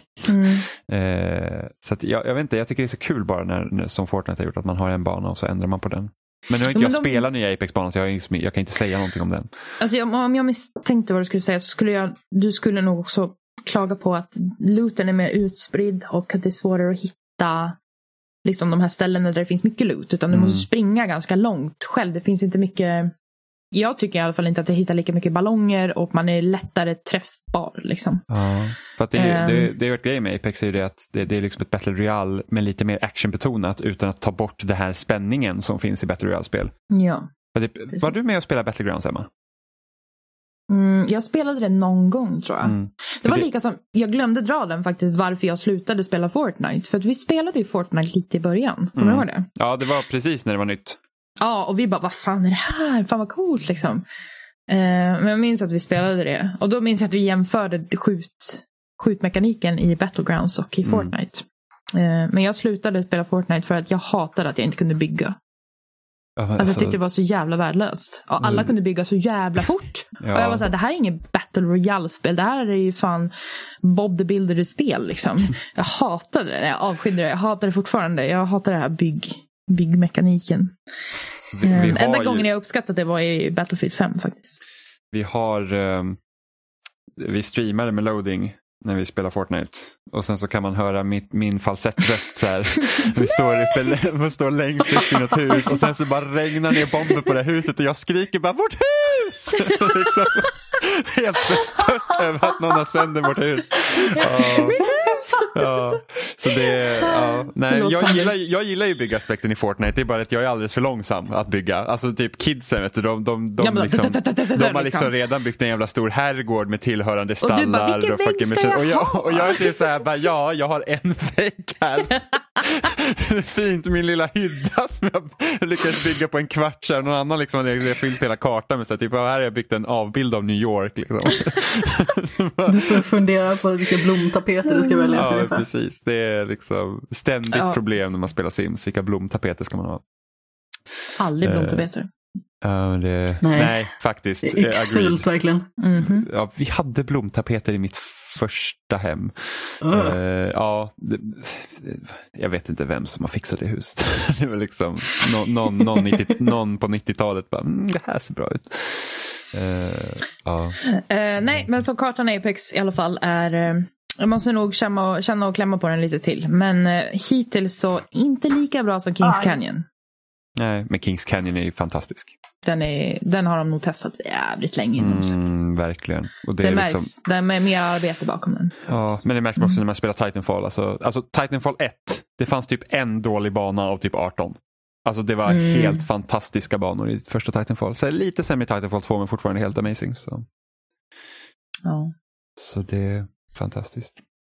Så att jag vet inte, jag tycker det är så kul bara när som Fortnite har gjort att man har en bana och så ändrar man på den. Men nu har inte jag spelat nya Apex-banan så jag kan inte säga någonting om den. Alltså om jag misstänkte vad du skulle säga så skulle du skulle nog också klaga på att looten är mer utspridd och att det är svårare att hitta liksom de här ställena där det finns mycket loot. Utan du måste springa ganska långt själv. Det finns inte mycket... Jag tycker i alla fall inte att jag hittar lika mycket ballonger och man är lättare träffbar liksom. Ja, för att det är ett grej med Apex är det att det är liksom ett Battle Royale med lite mer actionbetonat utan att ta bort det här spänningen som finns i Battle Royale-spel. Ja. Var du med och spela Battlegrounds, Emma? Jag spelade det någon gång tror jag. Det var lika som, jag glömde dra den faktiskt varför jag slutade spela Fortnite. För att vi spelade ju Fortnite lite i början. Kommer du ihåg det? Ja, det var precis när det var nytt. Ja, och vi bara, vad fan är det här? Fan vad coolt liksom. Men jag minns att vi spelade det. Och då minns jag att vi jämförde skjutmekaniken i Battlegrounds och i Fortnite. Men jag slutade spela Fortnite för att jag hatade att jag inte kunde bygga. Alltså jag tyckte det var så jävla värdelöst. Och alla kunde bygga så jävla fort. Ja. Och jag var såhär, det här är inget Battle Royale-spel. Det här är ju fan Bob the Builder-spel liksom. Jag hatade det, jag avskydde det. Jag hatar det fortfarande. Jag hatar det här byggmekaniken. Enda gången jag uppskattat det var i Battlefield 5 faktiskt. Vi streamade med loading när vi spelar Fortnite. Och sen så kan man höra min falsettröst så här. Vi står längst upp i något hus och sen så bara regnar ner bomber på det huset och jag skriker bara, vårt hus! Liksom, helt bestört över att någon har sönder vårt hus. Ja, så nej, jag gillar ju byggaspekten i Fortnite. Det är bara att jag är alldeles för långsam att bygga. Alltså typ kidsen, vet du, de har liksom redan byggt en jävla stor herrgård med tillhörande stallar och och jag är typ så här, bara, jag har en vägg här. Fint, min lilla hydda som jag lyckades bygga på en kvart så här. Någon annan liksom har fyllt hela kartan med så här, typ, här har jag byggt en avbild av New York liksom. Du står och funderar på vilka blomtapeter du ska välja. Ja, precis. Det är liksom ständigt problem när man spelar Sims. Vilka blomtapeter ska man ha? Aldrig blomtapeter. Nej, faktiskt. Yxfullt verkligen. Ja, vi hade blomtapeter i mitt första hem. Jag vet inte vem som har fixat det huset. Det var liksom någon på 90-talet bara, det här ser bra ut. Nej, men så kartan Apex i alla fall är... Jag måste nog känna och klämma på den lite till. Men hittills så inte lika bra som Kings Canyon. Nej, men Kings Canyon är ju fantastisk. Den har de nog testat jävligt länge. Verkligen. Och det märks, liksom... det är mer arbete bakom den. Ja, men det märks också när man spelar Titanfall. Alltså Titanfall 1, det fanns typ en dålig bana av typ 18. Alltså det var helt fantastiska banor i första Titanfall. Så lite sämre i Titanfall 2 men fortfarande helt amazing. Så det är fantastiskt.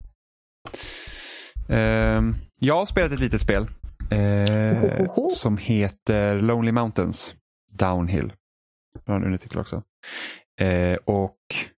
Jag har spelat ett litet spel som heter Lonely Mountains Downhill. Det har en undertitel också. Och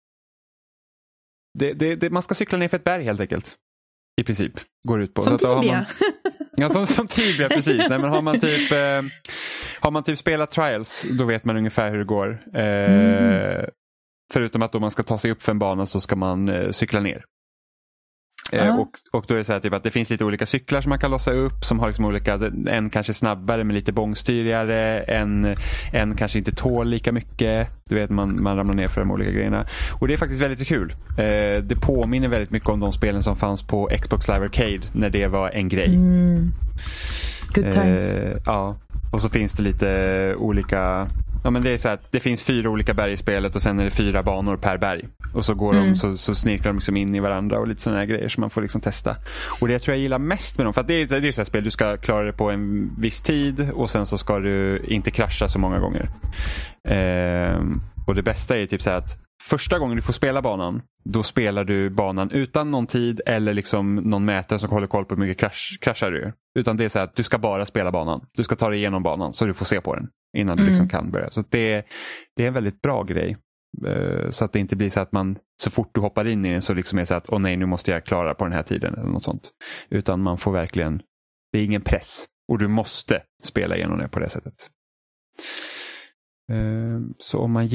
man ska cykla ner för ett berg helt enkelt. I princip. Går ut på. Som Tibia. Som Tibia, precis. Nej, men har man typ spelat Trials, då vet man ungefär hur det går. Förutom att om man ska ta sig upp för en bana så ska man cykla ner. Och då är det så här typ att det finns lite olika cyklar som man kan lossa upp som har liksom olika, en kanske snabbare med lite bångstyrigare, en kanske inte tål lika mycket, du vet man ramlar ner för de olika grejerna och det är faktiskt väldigt kul. Det påminner väldigt mycket om de spelen som fanns på Xbox Live Arcade när det var en grej. Good times. Ja, och så finns det lite olika. Ja, men det är så att det finns 4 olika berg i spelet och sen är det 4 banor per berg. Och så går de så snirklar de liksom in i varandra och lite sådana här grejer som man får liksom testa. Och det tror jag gillar mest med dem, för att det är så här spel, du ska klara det på en viss tid och sen så ska du inte krascha så många gånger. Och det bästa är typ så här att första gången du får spela banan, då spelar du banan utan någon tid eller liksom någon mätare som håller koll på hur mycket kraschar du. Utan det är så här att du ska bara spela banan. Du ska ta dig igenom banan så du får se på den innan du liksom kan börja. Så det är en väldigt bra grej. Så att det inte blir så att man så fort du hoppar in i den så liksom är så att nej, nu måste jag klara på den här tiden eller något sånt. Utan man får verkligen, det är ingen press och du måste spela igenom det på det sättet. Så om man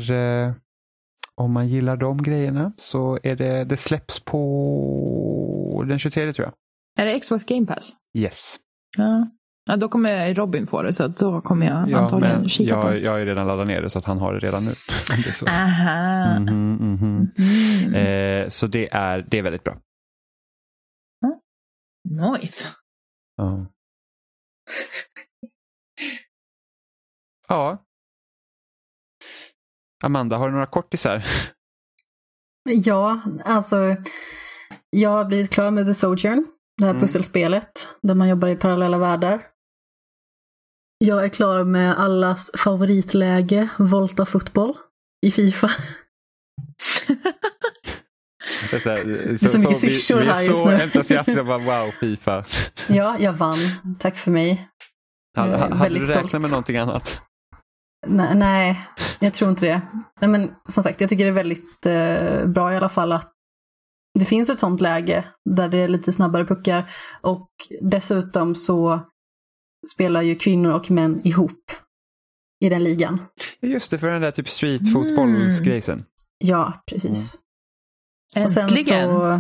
gillar de grejerna så är det släpps på den 23 tror jag. Är det Xbox Game Pass? Yes. Ja, då kommer Robin få det så att då kommer jag antagligen kika på det. Jag har ju redan laddat ner det så att han har det redan nu. Det är så. Aha. Så det är väldigt bra. Nice. Ja. Ja. Amanda, har du några kortisar? Ja, alltså jag har blivit klar med The Sojourn, det här pusselspelet där man jobbar i parallella världar. Jag är klar med allas favoritläge, Volta Fotboll i FIFA. Det är så mycket syrsor här just nu. Vi är så entusiastiska, bara wow, FIFA. Ja, jag vann. Tack för mig. Hade du räknat med någonting annat? Nej, jag tror inte det. Nej, men som sagt, jag tycker det är väldigt bra i alla fall att det finns ett sånt läge där det är lite snabbare puckar och dessutom så spelar ju kvinnor och män ihop i den ligan. Just det, för den där typ streetfotbollsgrejsen. Ja, precis. Och sen Äntligen! så,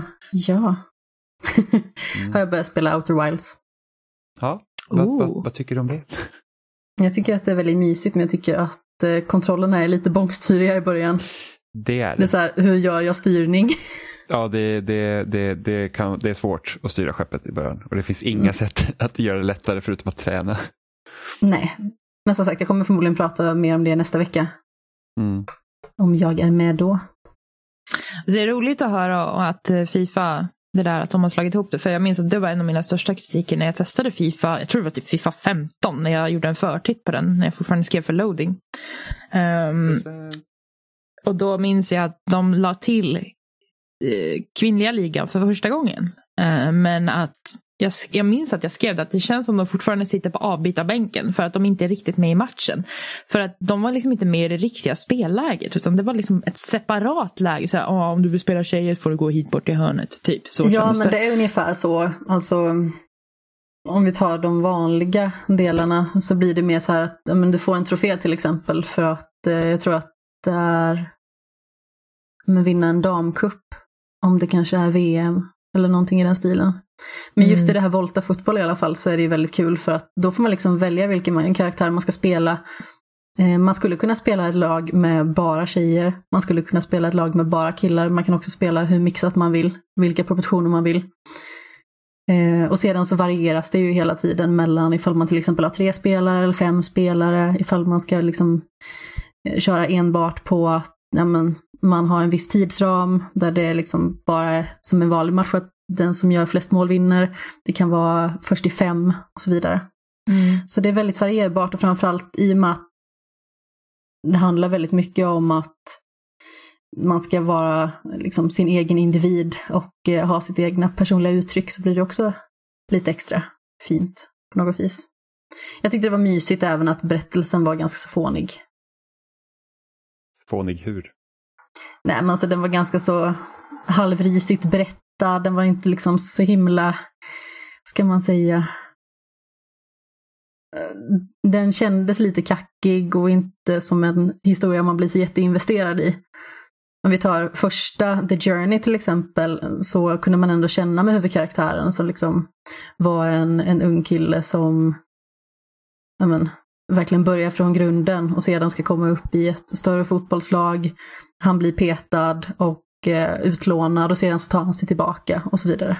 har jag börjat spela Outer Wilds. Ja, vad tycker du om det? Jag tycker att det är väldigt mysigt, men jag tycker att kontrollerna är lite bångstyriga i början. Det är det. Det är så här, hur gör jag styrning? Ja, det är svårt att styra skeppet i början. Och det finns inga sätt att göra det lättare förutom att träna. Nej, men som sagt, jag kommer förmodligen prata mer om det nästa vecka. Om jag är med då. Det är roligt att höra att FIFA, det där att de har slagit ihop det. För jag minns att det var en av mina största kritiker när jag testade FIFA. Jag tror det var typ FIFA 15 när jag gjorde en förtitt på den. När jag fortfarande skrev för loading. Och då minns jag att de la till kvinnliga ligan för första gången. Men att jag minns att jag skrev att det känns som de fortfarande sitter på avbytarbänken för att de inte är riktigt med i matchen. För att de var liksom inte med i det riktiga spelläget, utan det var liksom ett separat läge. Så här, om du vill spela tjejer får du gå hit bort i hörnet. Typ. Så ja, men det är ungefär så. Alltså, om vi tar de vanliga delarna så blir det mer så här att men du får en trofé till exempel för att jag tror att det är vinna en damkupp. Om det kanske är VM eller någonting i den stilen. Men just i det här Volta Fotboll i alla fall så är det ju väldigt kul för att då får man liksom välja vilken karaktär man ska spela. Man skulle kunna spela ett lag med bara tjejer. Man skulle kunna spela ett lag med bara killar. Man kan också spela hur mixat man vill. Vilka proportioner man vill. Och sedan så varieras det ju hela tiden mellan ifall man till exempel har 3 spelare eller 5 spelare. Ifall man ska liksom köra enbart på att man har en viss tidsram där det liksom bara är som en vanlig match att den som gör flest mål vinner. Det kan vara först i 5 och så vidare. Så det är väldigt varierbart och framförallt i och med att det handlar väldigt mycket om att man ska vara liksom sin egen individ och ha sitt egna personliga uttryck, så blir det också lite extra fint på något vis. Jag tyckte det var mysigt även att berättelsen var ganska så fånig. Fånig hur? Nej, men alltså den var ganska så halvrisigt berättad. Den var inte liksom så himla, ska man säga, den kändes lite kackig och inte som en historia man blir så jätteinvesterad i. Om vi tar första The Journey till exempel, så kunde man ändå känna med huvudkaraktären som liksom var en ung kille som verkligen börjar från grunden och sedan ska komma upp i ett större fotbollslag. Han blir petad och utlånad och sedan så tar han sig tillbaka och så vidare.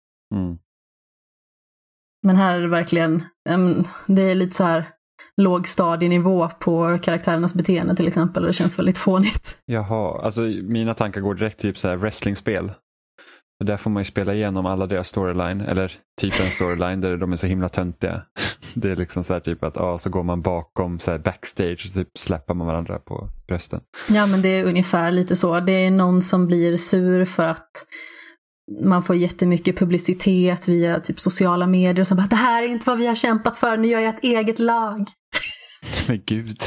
Men här är det verkligen, det är lite så här lågstadienivå på karaktärernas beteende till exempel. Det känns väldigt fånigt. Jaha, alltså mina tankar går direkt till typ så här wrestlingspel. Och där får man ju spela igenom alla deras storyline, eller typ en storyline där de är så himla töntiga. Det är liksom så här typ att så går man bakom så här backstage och typ släpper man varandra på brösten. Ja, men det är ungefär lite så. Det är någon som blir sur för att man får jättemycket publicitet via typ sociala medier och så bara, det här är inte vad vi har kämpat för, nu gör jag ett eget lag. Men gud.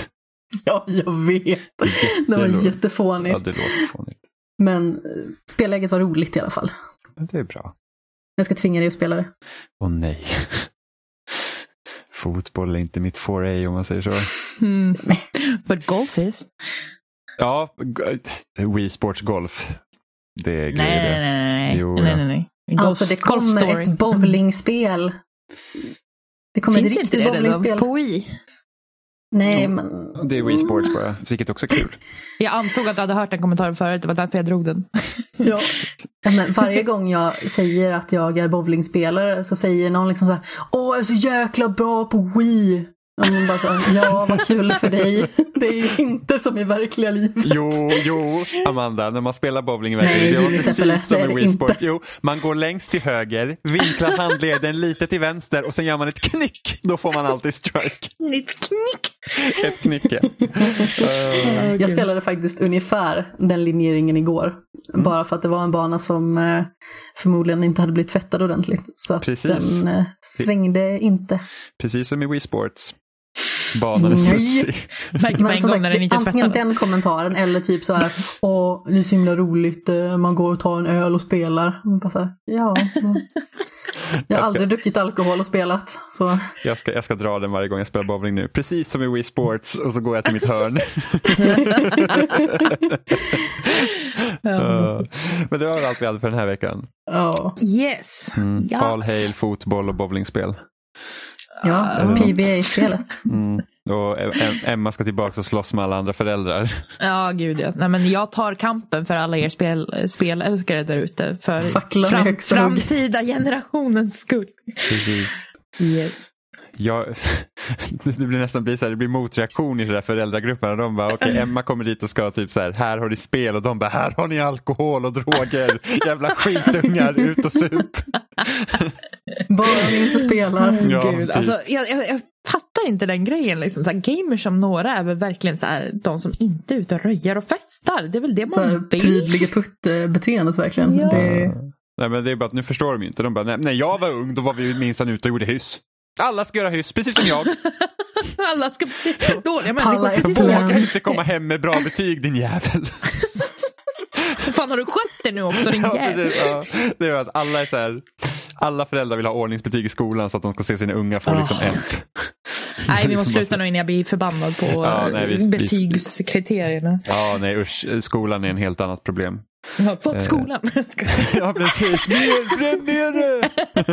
Ja, jag vet. Det var jättefånigt. Ja, det låter fånigt. Men spelläget var roligt i alla fall. Det är bra. Jag ska tvinga dig att spela det. Åh nej. Fotboll är inte mitt 4A om man säger så. But golf is. Ja, Wii Sports Golf. Det är grejer det. Nej. Jo, Nej. Alltså det kommer ett bowlingspel. Det kommer ett riktigt bowlingspel. På Wii? Nej, men... Det är Wii Sports bara, vilket också är kul. Jag antog att du hade hört den kommentaren förut, det var därför jag drog den. Ja. Men varje gång jag säger att jag är bowlingspelare så säger någon liksom så här: åh, jag är så jäkla bra på Wii. Och man bara så här, ja, vad kul för dig. Det är ju inte som i verkliga livet. Jo, Amanda, när man spelar bowling i verkligheten, det är precis som i Wii Sports. Jo, man går längst till höger, vinklar handleden lite till vänster och sen gör man ett knick. Då får man alltid strike. Ett knick, ja. Jag spelade faktiskt ungefär den linjeringen igår. Bara för att det var en bana som förmodligen inte hade blivit tvättad ordentligt. Så att den svängde inte. Precis som i Wii Sports. Banan är smutsig. Men som sagt, antingen den kommentaren eller typ så här: åh, det är så himla roligt, man går och tar en öl och spelar. Man bara så här, ja. Jag har aldrig druckit alkohol och spelat. Så. Jag ska dra den varje gång jag spelar bowling nu. Precis som i Wii Sports. Och så går jag till mitt hörn. Men det var allt vi hade för den här veckan. Yes. All hail, fotboll och bowlingspel. Ja, PBA-spelet. Och Emma ska tillbaka och slåss med alla andra föräldrar. Ja, gud ja. Nej, men jag tar kampen för alla er spelälskare där ute. För framtida generationens skull. Precis. Yes. Det blir nästan så här, det blir motreaktion i de där föräldragrupperna. De bara, okej, Emma kommer dit och ska typ så här har ni spel, och de bara, här har ni alkohol och droger. Jävla skitungar, ut och sup. Bara ni inte spelar. Ja, gud, typ. Alltså, jag fattar inte den grejen liksom. Så här, gamers som några är väl verkligen så här, de som inte är ute och röjar och festar. Det är väl det man vill. Prydliga putt-beteendet verkligen. Ja. Nej, men det är bara att nu förstår de ju inte. De bara, när jag var ung, då var vi minsann ute och gjorde hyss. Alla ska göra hyss, precis som jag. Alla ska bli dåliga människor, precis som jag. Våga inte komma hem med bra betyg, din jävel. Fan, har du skött det nu också, din jävel? Ja, det är att alla är så här, alla föräldrar vill ha ordningsbetyg i skolan så att de ska se sina unga få liksom F. Nej, vi måste sluta nu innan jag blir förbannad på betygskriterierna. Ja, nej, usch, skolan är en helt annat problem. Jag har fått skolan. Ja, precis. Bränn ner det!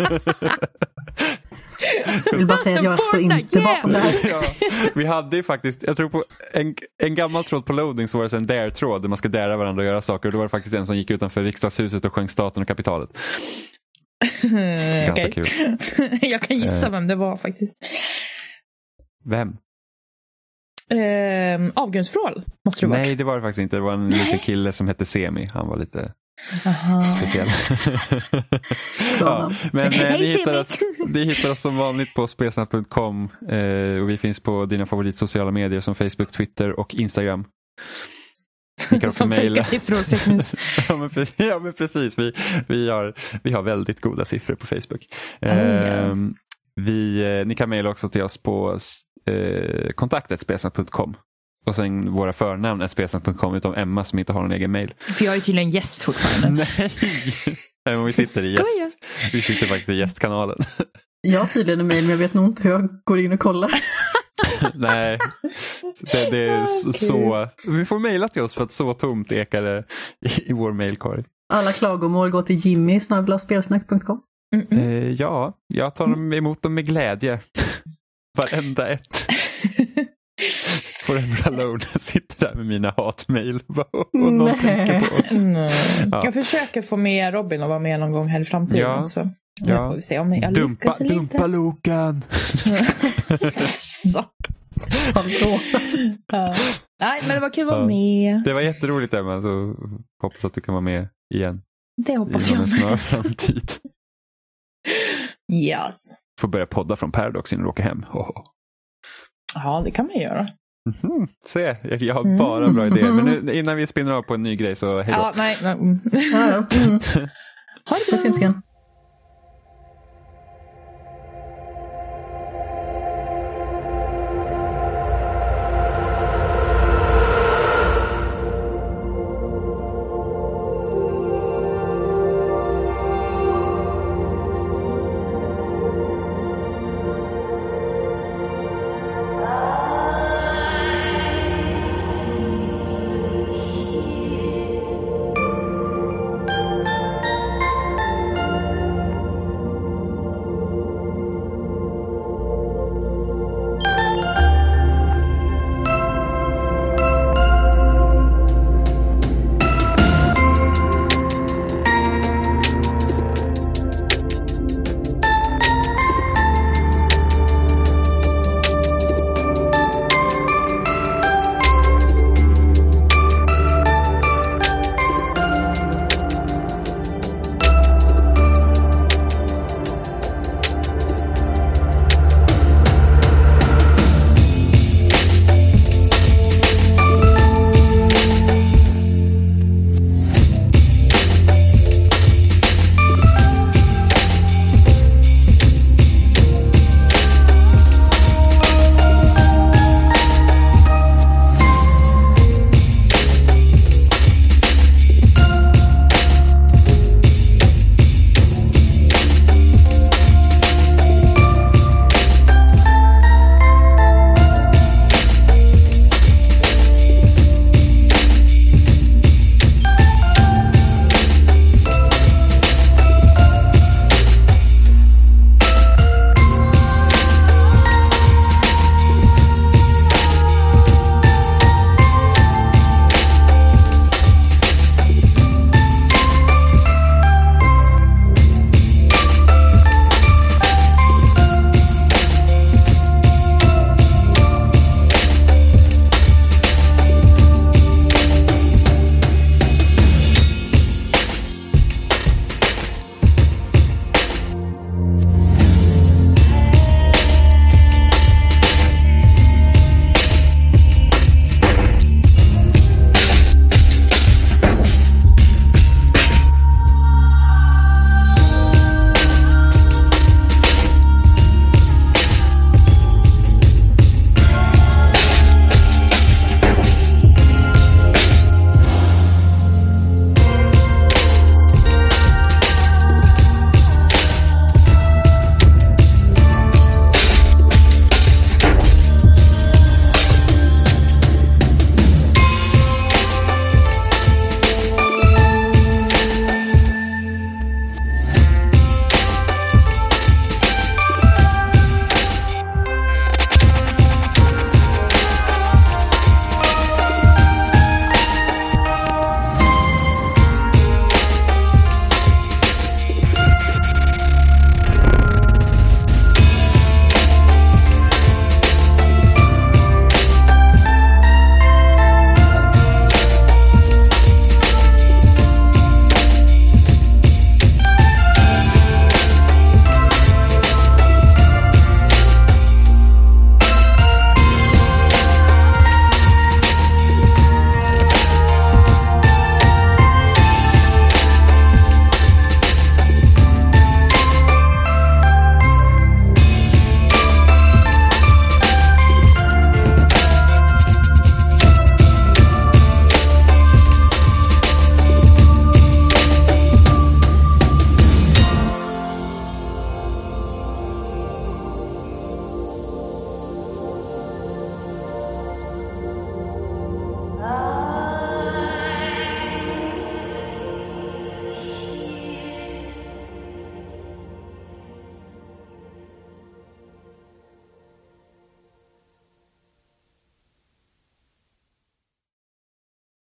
Jag vill bara säga att jag står inte bakom det här. Ja, vi hade ju faktiskt, jag tror på en gammal tråd på loading så var det en dare-tråd där man ska dära varandra och göra saker, och då var det faktiskt en som gick utanför riksdagshuset och sjöng Staten och kapitalet. Ganska kul. Jag kan gissa vem det var faktiskt. Vem? Avgrundsvrål måste det vara. Nej, det var det faktiskt inte. Det var en liten kille som hette Semi. Han var lite speciell. Ja, men ni hittar oss som vanligt på spelsnack.com, och vi finns på dina favoritsociala medier som Facebook, Twitter och Instagram. Ni kan också mejla. Ja, men precis. Vi har väldigt goda siffror på Facebook. Ni kan mejla också till oss på kontakt@spelsnack.com. Och sen våra förnamn @spelsnack.com, utom Emma som inte har någon egen mejl. För jag är tydligen gäst fortfarande. Nej, men vi sitter i gäst. Vi sitter faktiskt i gästkanalen. Jag har tydligen en mejl, men jag vet nog inte hur jag går in och kollar. Nej, det är så. Vi får mejla till oss för att så tomt ekar det i vår mejlkorg. Alla klagomål går till Jimmy@spelsnack.com. Ja, jag tar dem emot dem med glädje. Varenda ett. Forever Alone sitter där med mina hatmejl och någon tänker på oss. Ja. Jag försöker få med Robin att vara med någon gång här i framtiden också. Ja. Får vi se om jag dumpa Lokan. Så. Nej, men det var kul att vara med. Det var jätteroligt, Emma, så hoppas att du kan vara med igen. Det hoppas jag. I en snar framtid. Yes. Får börja podda från Paradox innan du åker hem. Ja, det kan man göra. Se, jag har bara bra idéer. Men nu, innan vi spinner av på en ny grej så hej då. Ja, nej. Ha det bra.